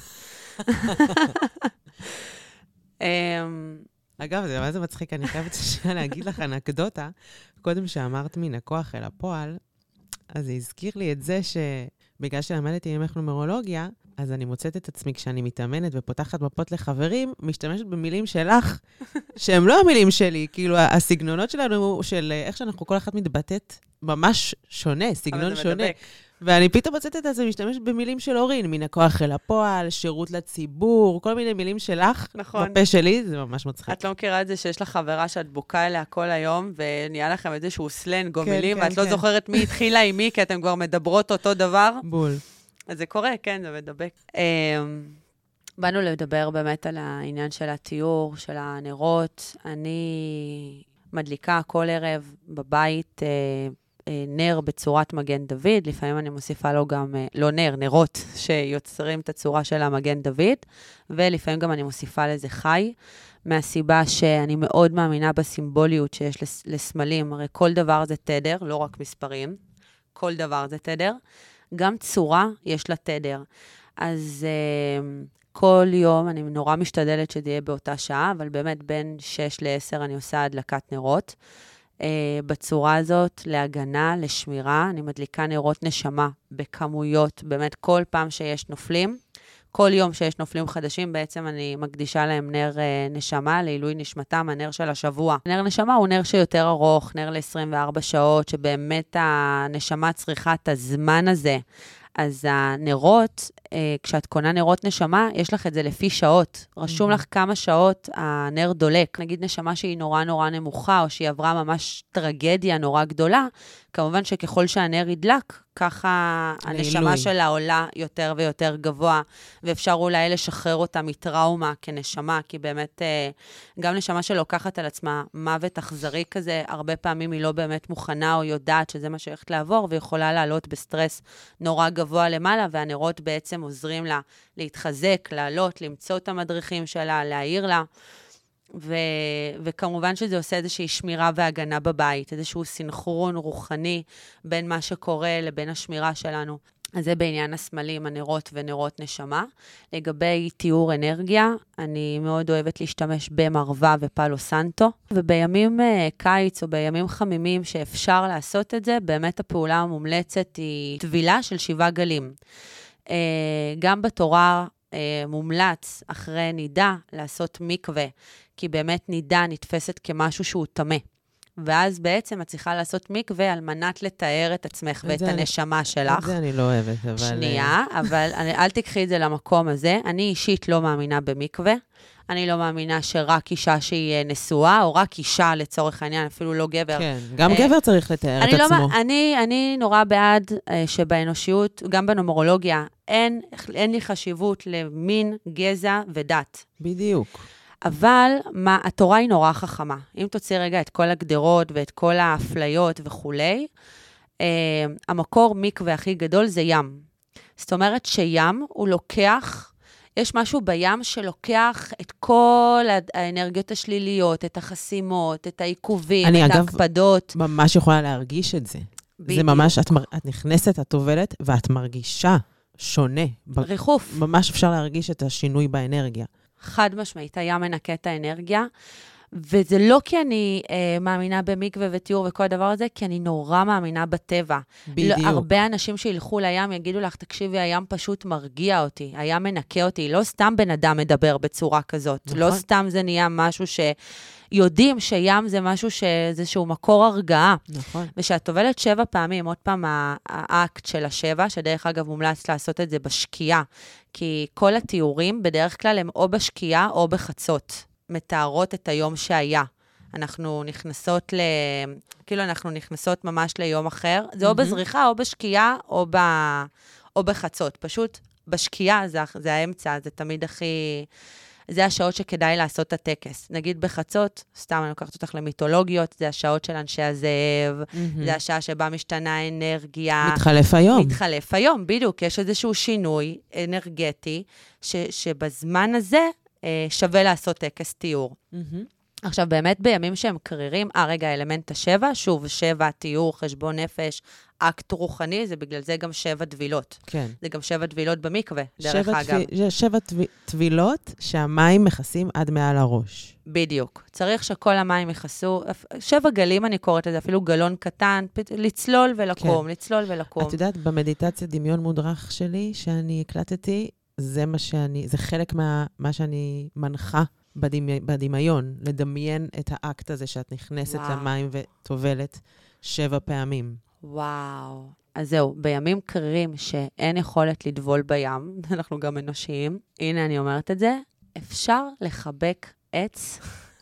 S1: אגב, זה מה זה מצחיק, אני חייבת להגיד לך אנקדוטה. קודם שאמרת מן הכוח אל הפועל, אז זה הזכיר לי את זה שבגלל שלמדתי עם נומרולוגיה, אז אני מוצאת את עצמי כשאני מתאמנת ופותחת מפות לחברים, משתמשת במילים שלך, שהם לא המילים שלי. כאילו, הסגנונות שלנו, של איך שאנחנו כל אחת מתבטאת, ממש שונה, סגנון שונה. ואני פתאום מוצאת את זה, משתמשת במילים של אורין, מן הכוח אל הפועל, שירות לציבור, כל מיני מילים שלך,
S2: נכון.
S1: בפה שלי, זה ממש מצחיק.
S2: את לא מכירה את זה שיש לך חברה שאת בוקה אליה כל היום, ונהיה לכם איזשהו סלנג או מילים, ואת לא זוכרת מי התחילה עם מי, כי אתם כבר מדברות אותו דבר.
S1: בול.
S2: אז זה קורה, כן, זה מדבק. באנו לדבר באמת על העניין של התיאור, של הנרות. אני מדליקה כל ערב בבית נר בצורת מגן דוד, לפעמים אני מוסיפה לו גם, לא נר, נרות שיוצרים את הצורה של המגן דוד, ולפעמים גם אני מוסיפה לזה חי, מהסיבה שאני מאוד מאמינה בסימבוליות שיש לסמלים, הרי כל דבר זה תדר, לא רק מספרים, כל דבר זה תדר, גם צורה יש לה תדר. אז כל יום אני נורא משתדלת שזה יהיה באותה שעה, אבל באמת בין 6 ל-10 אני עושה הדלקת נרות. בצורה הזאת, להגנה, לשמירה, אני מדליקה נרות נשמה בכמויות, באמת כל פעם שיש נופלים, כל יום שיש נופלים חדשים, בעצם אני מקדישה להם נר נשמה, לעילוי נשמתם, הנר של השבוע. נר נשמה הוא נר שיותר ארוך, נר ל-24 שעות, שבאמת הנשמה צריכה את הזמן הזה. אז הנרות, כשאת קונה נרות נשמה, יש לך את זה לפי שעות. רשום לך כמה שעות הנר דולק. נגיד נשמה שהיא נורא נורא נמוכה, או שהיא עברה ממש טרגדיה נורא גדולה, כמובן שככל שהנר ידלק, ככה הנשמה שלה עולה יותר ויותר גבוה, ואפשר אולי לשחרר אותה מטראומה כנשמה, כי באמת גם נשמה שלוקחת על עצמה מוות אכזרי כזה, הרבה פעמים היא לא באמת מוכנה או יודעת שזה מה שהולכת לעבור, ויכולה לעלות בסטרס נורא גבוה למעלה, והנרות בעצם עוזרים לה להתחזק, לעלות, למצוא את המדריכים שלה, להעיר לה, וכמובן שזה עושה איזושהי שמירה והגנה בבית, איזשהו סינכרון רוחני בין מה שקורה לבין השמירה שלנו. אז זה בעניין הסמלים, הנרות ונרות נשמה. לגבי תיאור אנרגיה, אני מאוד אוהבת להשתמש במרווה ופלו סנטו, ובימים קיץ או בימים חמימים שאפשר לעשות את זה, באמת הפעולה המומלצת היא טבילה של 7 גלים. גם בתורה מומלץ אחרי נידה לעשות מקווה, כי באמת נידה נתפסת כמשהו שהוא טמא. ואז בעצם את צריכה לעשות מקווה על מנת לתאר את עצמך ואת הנשמה שלך.
S1: את זה אני לא אוהבת, אבל...
S2: שנייה, אבל אל תקחי את זה למקום הזה. אני אישית לא מאמינה במקווה. אני לא מאמינה שרק אישה שהיא נשואה, או רק אישה לצורך העניין, אפילו לא גבר.
S1: כן, גם גבר צריך לתאר את עצמו.
S2: אני נורא בעד שבאנושיות, גם בנומרולוגיה, אין לי חשיבות למין, גזע ודת.
S1: בדיוק.
S2: אבל התורה היא נורא חכמה. אם תוציא רגע את כל הגדרות ואת כל האפליות וכולי, המקור מקווה הכי גדול זה ים. זאת אומרת שים הוא לוקח, יש משהו בים שלוקח את כל האנרגיות השליליות, את החסימות, את העיכובים, את ההקפדות.
S1: אני אגב ממש יכולה להרגיש את זה. בדיוק. זה ממש, את נכנסת, את טובלת, ואת מרגישה שונה.
S2: ריחוף.
S1: ממש אפשר להרגיש את השינוי באנרגיה.
S2: חד משמעית, הים מנקה את האנרגיה, וזה לא כי אני מאמינה במקווה ותיאור וכל הדבר הזה, כי אני נורא מאמינה בטבע.
S1: בדיוק.
S2: הרבה אנשים שילכו לים יגידו לך, תקשיבי, הים פשוט מרגיע אותי, הים מנקה אותי, לא סתם בן אדם מדבר בצורה כזאת, נכון. לא סתם זה נהיה משהו שיודעים שים זה משהו שאיזשהו מקור הרגעה.
S1: נכון.
S2: ושאת טובלת 7 פעמים, עוד פעם האקט של 7, שדרך אגב מומלץ לעשות את זה בשקיעה, כי כל התיאורים בדרך כלל הם או בשקיעה או בחצות. מתארות את היום שהיה. אנחנו נכנסות אנחנו נכנסות ממש ליום אחר. זה או בזריחה, או בשקיעה, או בחצות. פשוט בשקיעה זה האמצע, זה תמיד זה השעות שכדאי לעשות את הטקס. נגיד בחצות, סתם אני לוקחת אותך למיתולוגיות, זה השעות של אנשי הזאב, זה השעה שבה משתנה האנרגיה.
S1: מתחלף היום.
S2: מתחלף היום, בדיוק. יש איזשהו שינוי אנרגטי, שבזמן הזה שווה לעשות טקס תיאור. עכשיו, באמת בימים שהם קרירים, רגע, אלמנט 7, שוב, 7, תיאור, חשבון נפש, אקט רוחני, זה בגלל זה גם 7 טבילות.
S1: כן.
S2: זה גם 7 טבילות במקווה, דרך אגב.
S1: 7 טבילות שהמים מכסים עד מעל הראש.
S2: בדיוק. צריך שכל המים יכסו, 7 גלים אני קוראת לזה, אפילו גלון קטן, לצלול ולקום, כן. לצלול ולקום.
S1: את יודעת, במדיטציה דמיון מודרך שלי, שאני הקלטתי, זה חלק מה שאני מנחה בדמיון, לדמיין את האקט הזה שאת נכנסת למים וטובלת 7 פעמים.
S2: וואו. אז זהו, בימים קרירים שאין יכולת לדבול בים, אנחנו גם אנושיים, הנה אני אומרת את זה, אפשר לחבק עץ.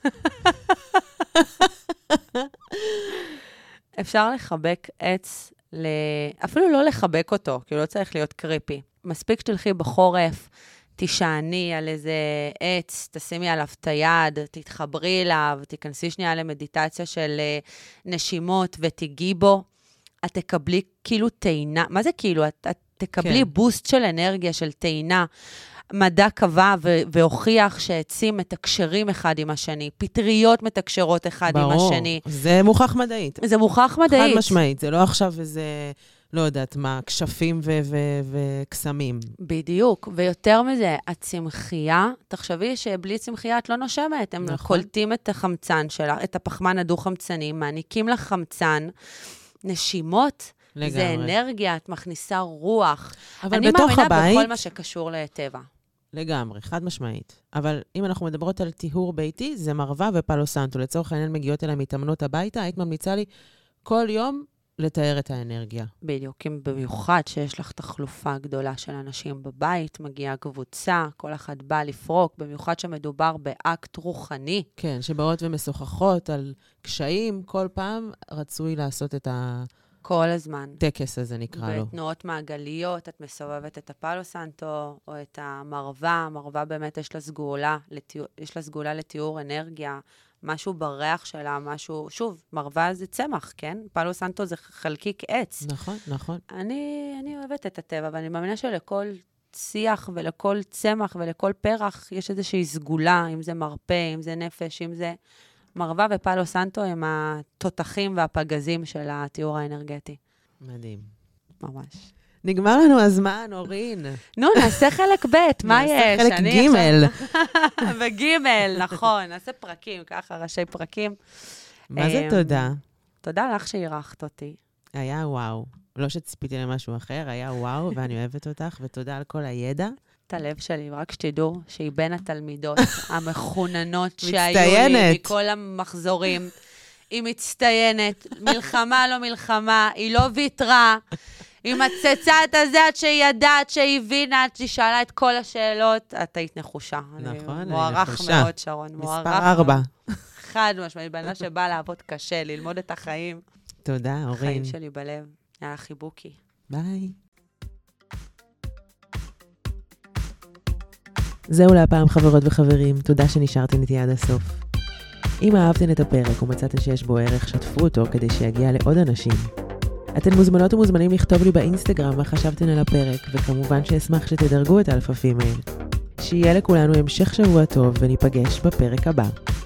S2: אפשר לחבק עץ, אפילו לא לחבק אותו, כי הוא לא צריך להיות קריפי. מספיק שתלכי בחורף, תשעני על איזה עץ, תשימי עליו את היד, תתחברי אליו, תיכנסי שנייה למדיטציה של נשימות ותיגעי בו, את תקבלי כאילו טעינה, מה זה כאילו? את תקבלי בוסט של אנרגיה, של טעינה. מדע קבע והוכיח שעצים מתקשרים אחד עם השני, פטריות מתקשרות אחד עם השני.
S1: ברור, זה מוכח מדעית.
S2: זה מוכח מדעית.
S1: חד משמעית, זה לא עכשיו איזה, לא יודעת מה, כשפים וקסמים.
S2: בדיוק, ויותר מזה, הצמחייה, תחשבי שבלי צמחייה את לא נושמת, הם
S1: נכון.
S2: קולטים את החמצן שלה, את הפחמן הדו-חמצני, מעניקים לך חמצן, נשימות, לגמרי. זה אנרגיה, את מכניסה רוח.
S1: אבל
S2: אני
S1: בתוך
S2: מאמינה
S1: הבית,
S2: בכל מה שקשור לטבע.
S1: לגמרי, חד משמעית. אבל אם אנחנו מדברות על טיהור ביתי, זה מרווה ופלו סנטו. לצורך העניין מגיעות אליי מתאמנות הביתה, היית ממליצה לי כל יום לתאר את האנרגיה.
S2: בדיוק, במיוחד שיש לך תחלופה גדולה של אנשים בבית, מגיעה קבוצה, כל אחד בא לפרוק, במיוחד שמדובר באקט רוחני.
S1: כן, שבאות ומשוחחות על קשיים, כל פעם רצוי לעשות את
S2: כל הזמן.
S1: טקס הזה נקרא לו.
S2: בתנועות מעגליות, את מסובבת את הפלו סנטו, או את המרווה. המרווה באמת יש לה סגולה לתיאור אנרגיה, משהו בריח שלה, משהו, שוב, מרווה זה צמח, כן? פלו סנטו זה חלקיק עץ.
S1: נכון, נכון.
S2: אני אוהבת את הטבע, ואני מאמינה שלכל שיח ולכל צמח ולכל פרח יש איזושהי סגולה, אם זה מרפא, אם זה נפש, אם זה מרווה ופלו סנטו הם התותחים והפגזים של התיאור האנרגטי.
S1: מדהים.
S2: ממש.
S1: נגמר לנו הזמן, אורין.
S2: נו, נעשה חלק ב', מה יש?
S1: נעשה חלק ג'.
S2: בג', נכון, נעשה פרקים, ככה, ראשי פרקים.
S1: מה זה תודה?
S2: תודה לך שאירחת אותי.
S1: היה וואו. לא שציפיתי למשהו אחר, היה וואו, ואני אוהבת אותך, ותודה על כל הידע.
S2: את הלב שלי, רק שתדעו שהיא בין התלמידות המחוננות שהיו לי מכל המחזורים. היא מצטיינת, מלחמה לא מלחמה, היא לא ויתרה, היא מצצה את הזה עד שהיא ידעת, שהיא הבינה, עד שהיא שאלה את כל השאלות, את היית נחושה.
S1: נכון, אני
S2: מוערך
S1: נחושה.
S2: מאוד, שרון, מוערך.
S1: מספר 4.
S2: חד משמעית, בנה שבא לעבוד קשה, ללמוד את החיים.
S1: תודה, אורין.
S2: החיים שלי בלב. יאללה, חיבוקי.
S1: ביי. זהו להפעם חברות וחברים, תודה שנשארתם איתי עד הסוף. אם אהבתם את הפרק ומצאתם שיש בו ערך, שתפו אותו כדי שיגיע לעוד אנשים. אתן מוזמנות ומוזמנים לכתוב לי באינסטגרם מה חשבתן על הפרק, וכמובן שאשמח שתדרגו את אלפא פימייל. שיהיה לכולנו המשך שבוע טוב וניפגש בפרק הבא.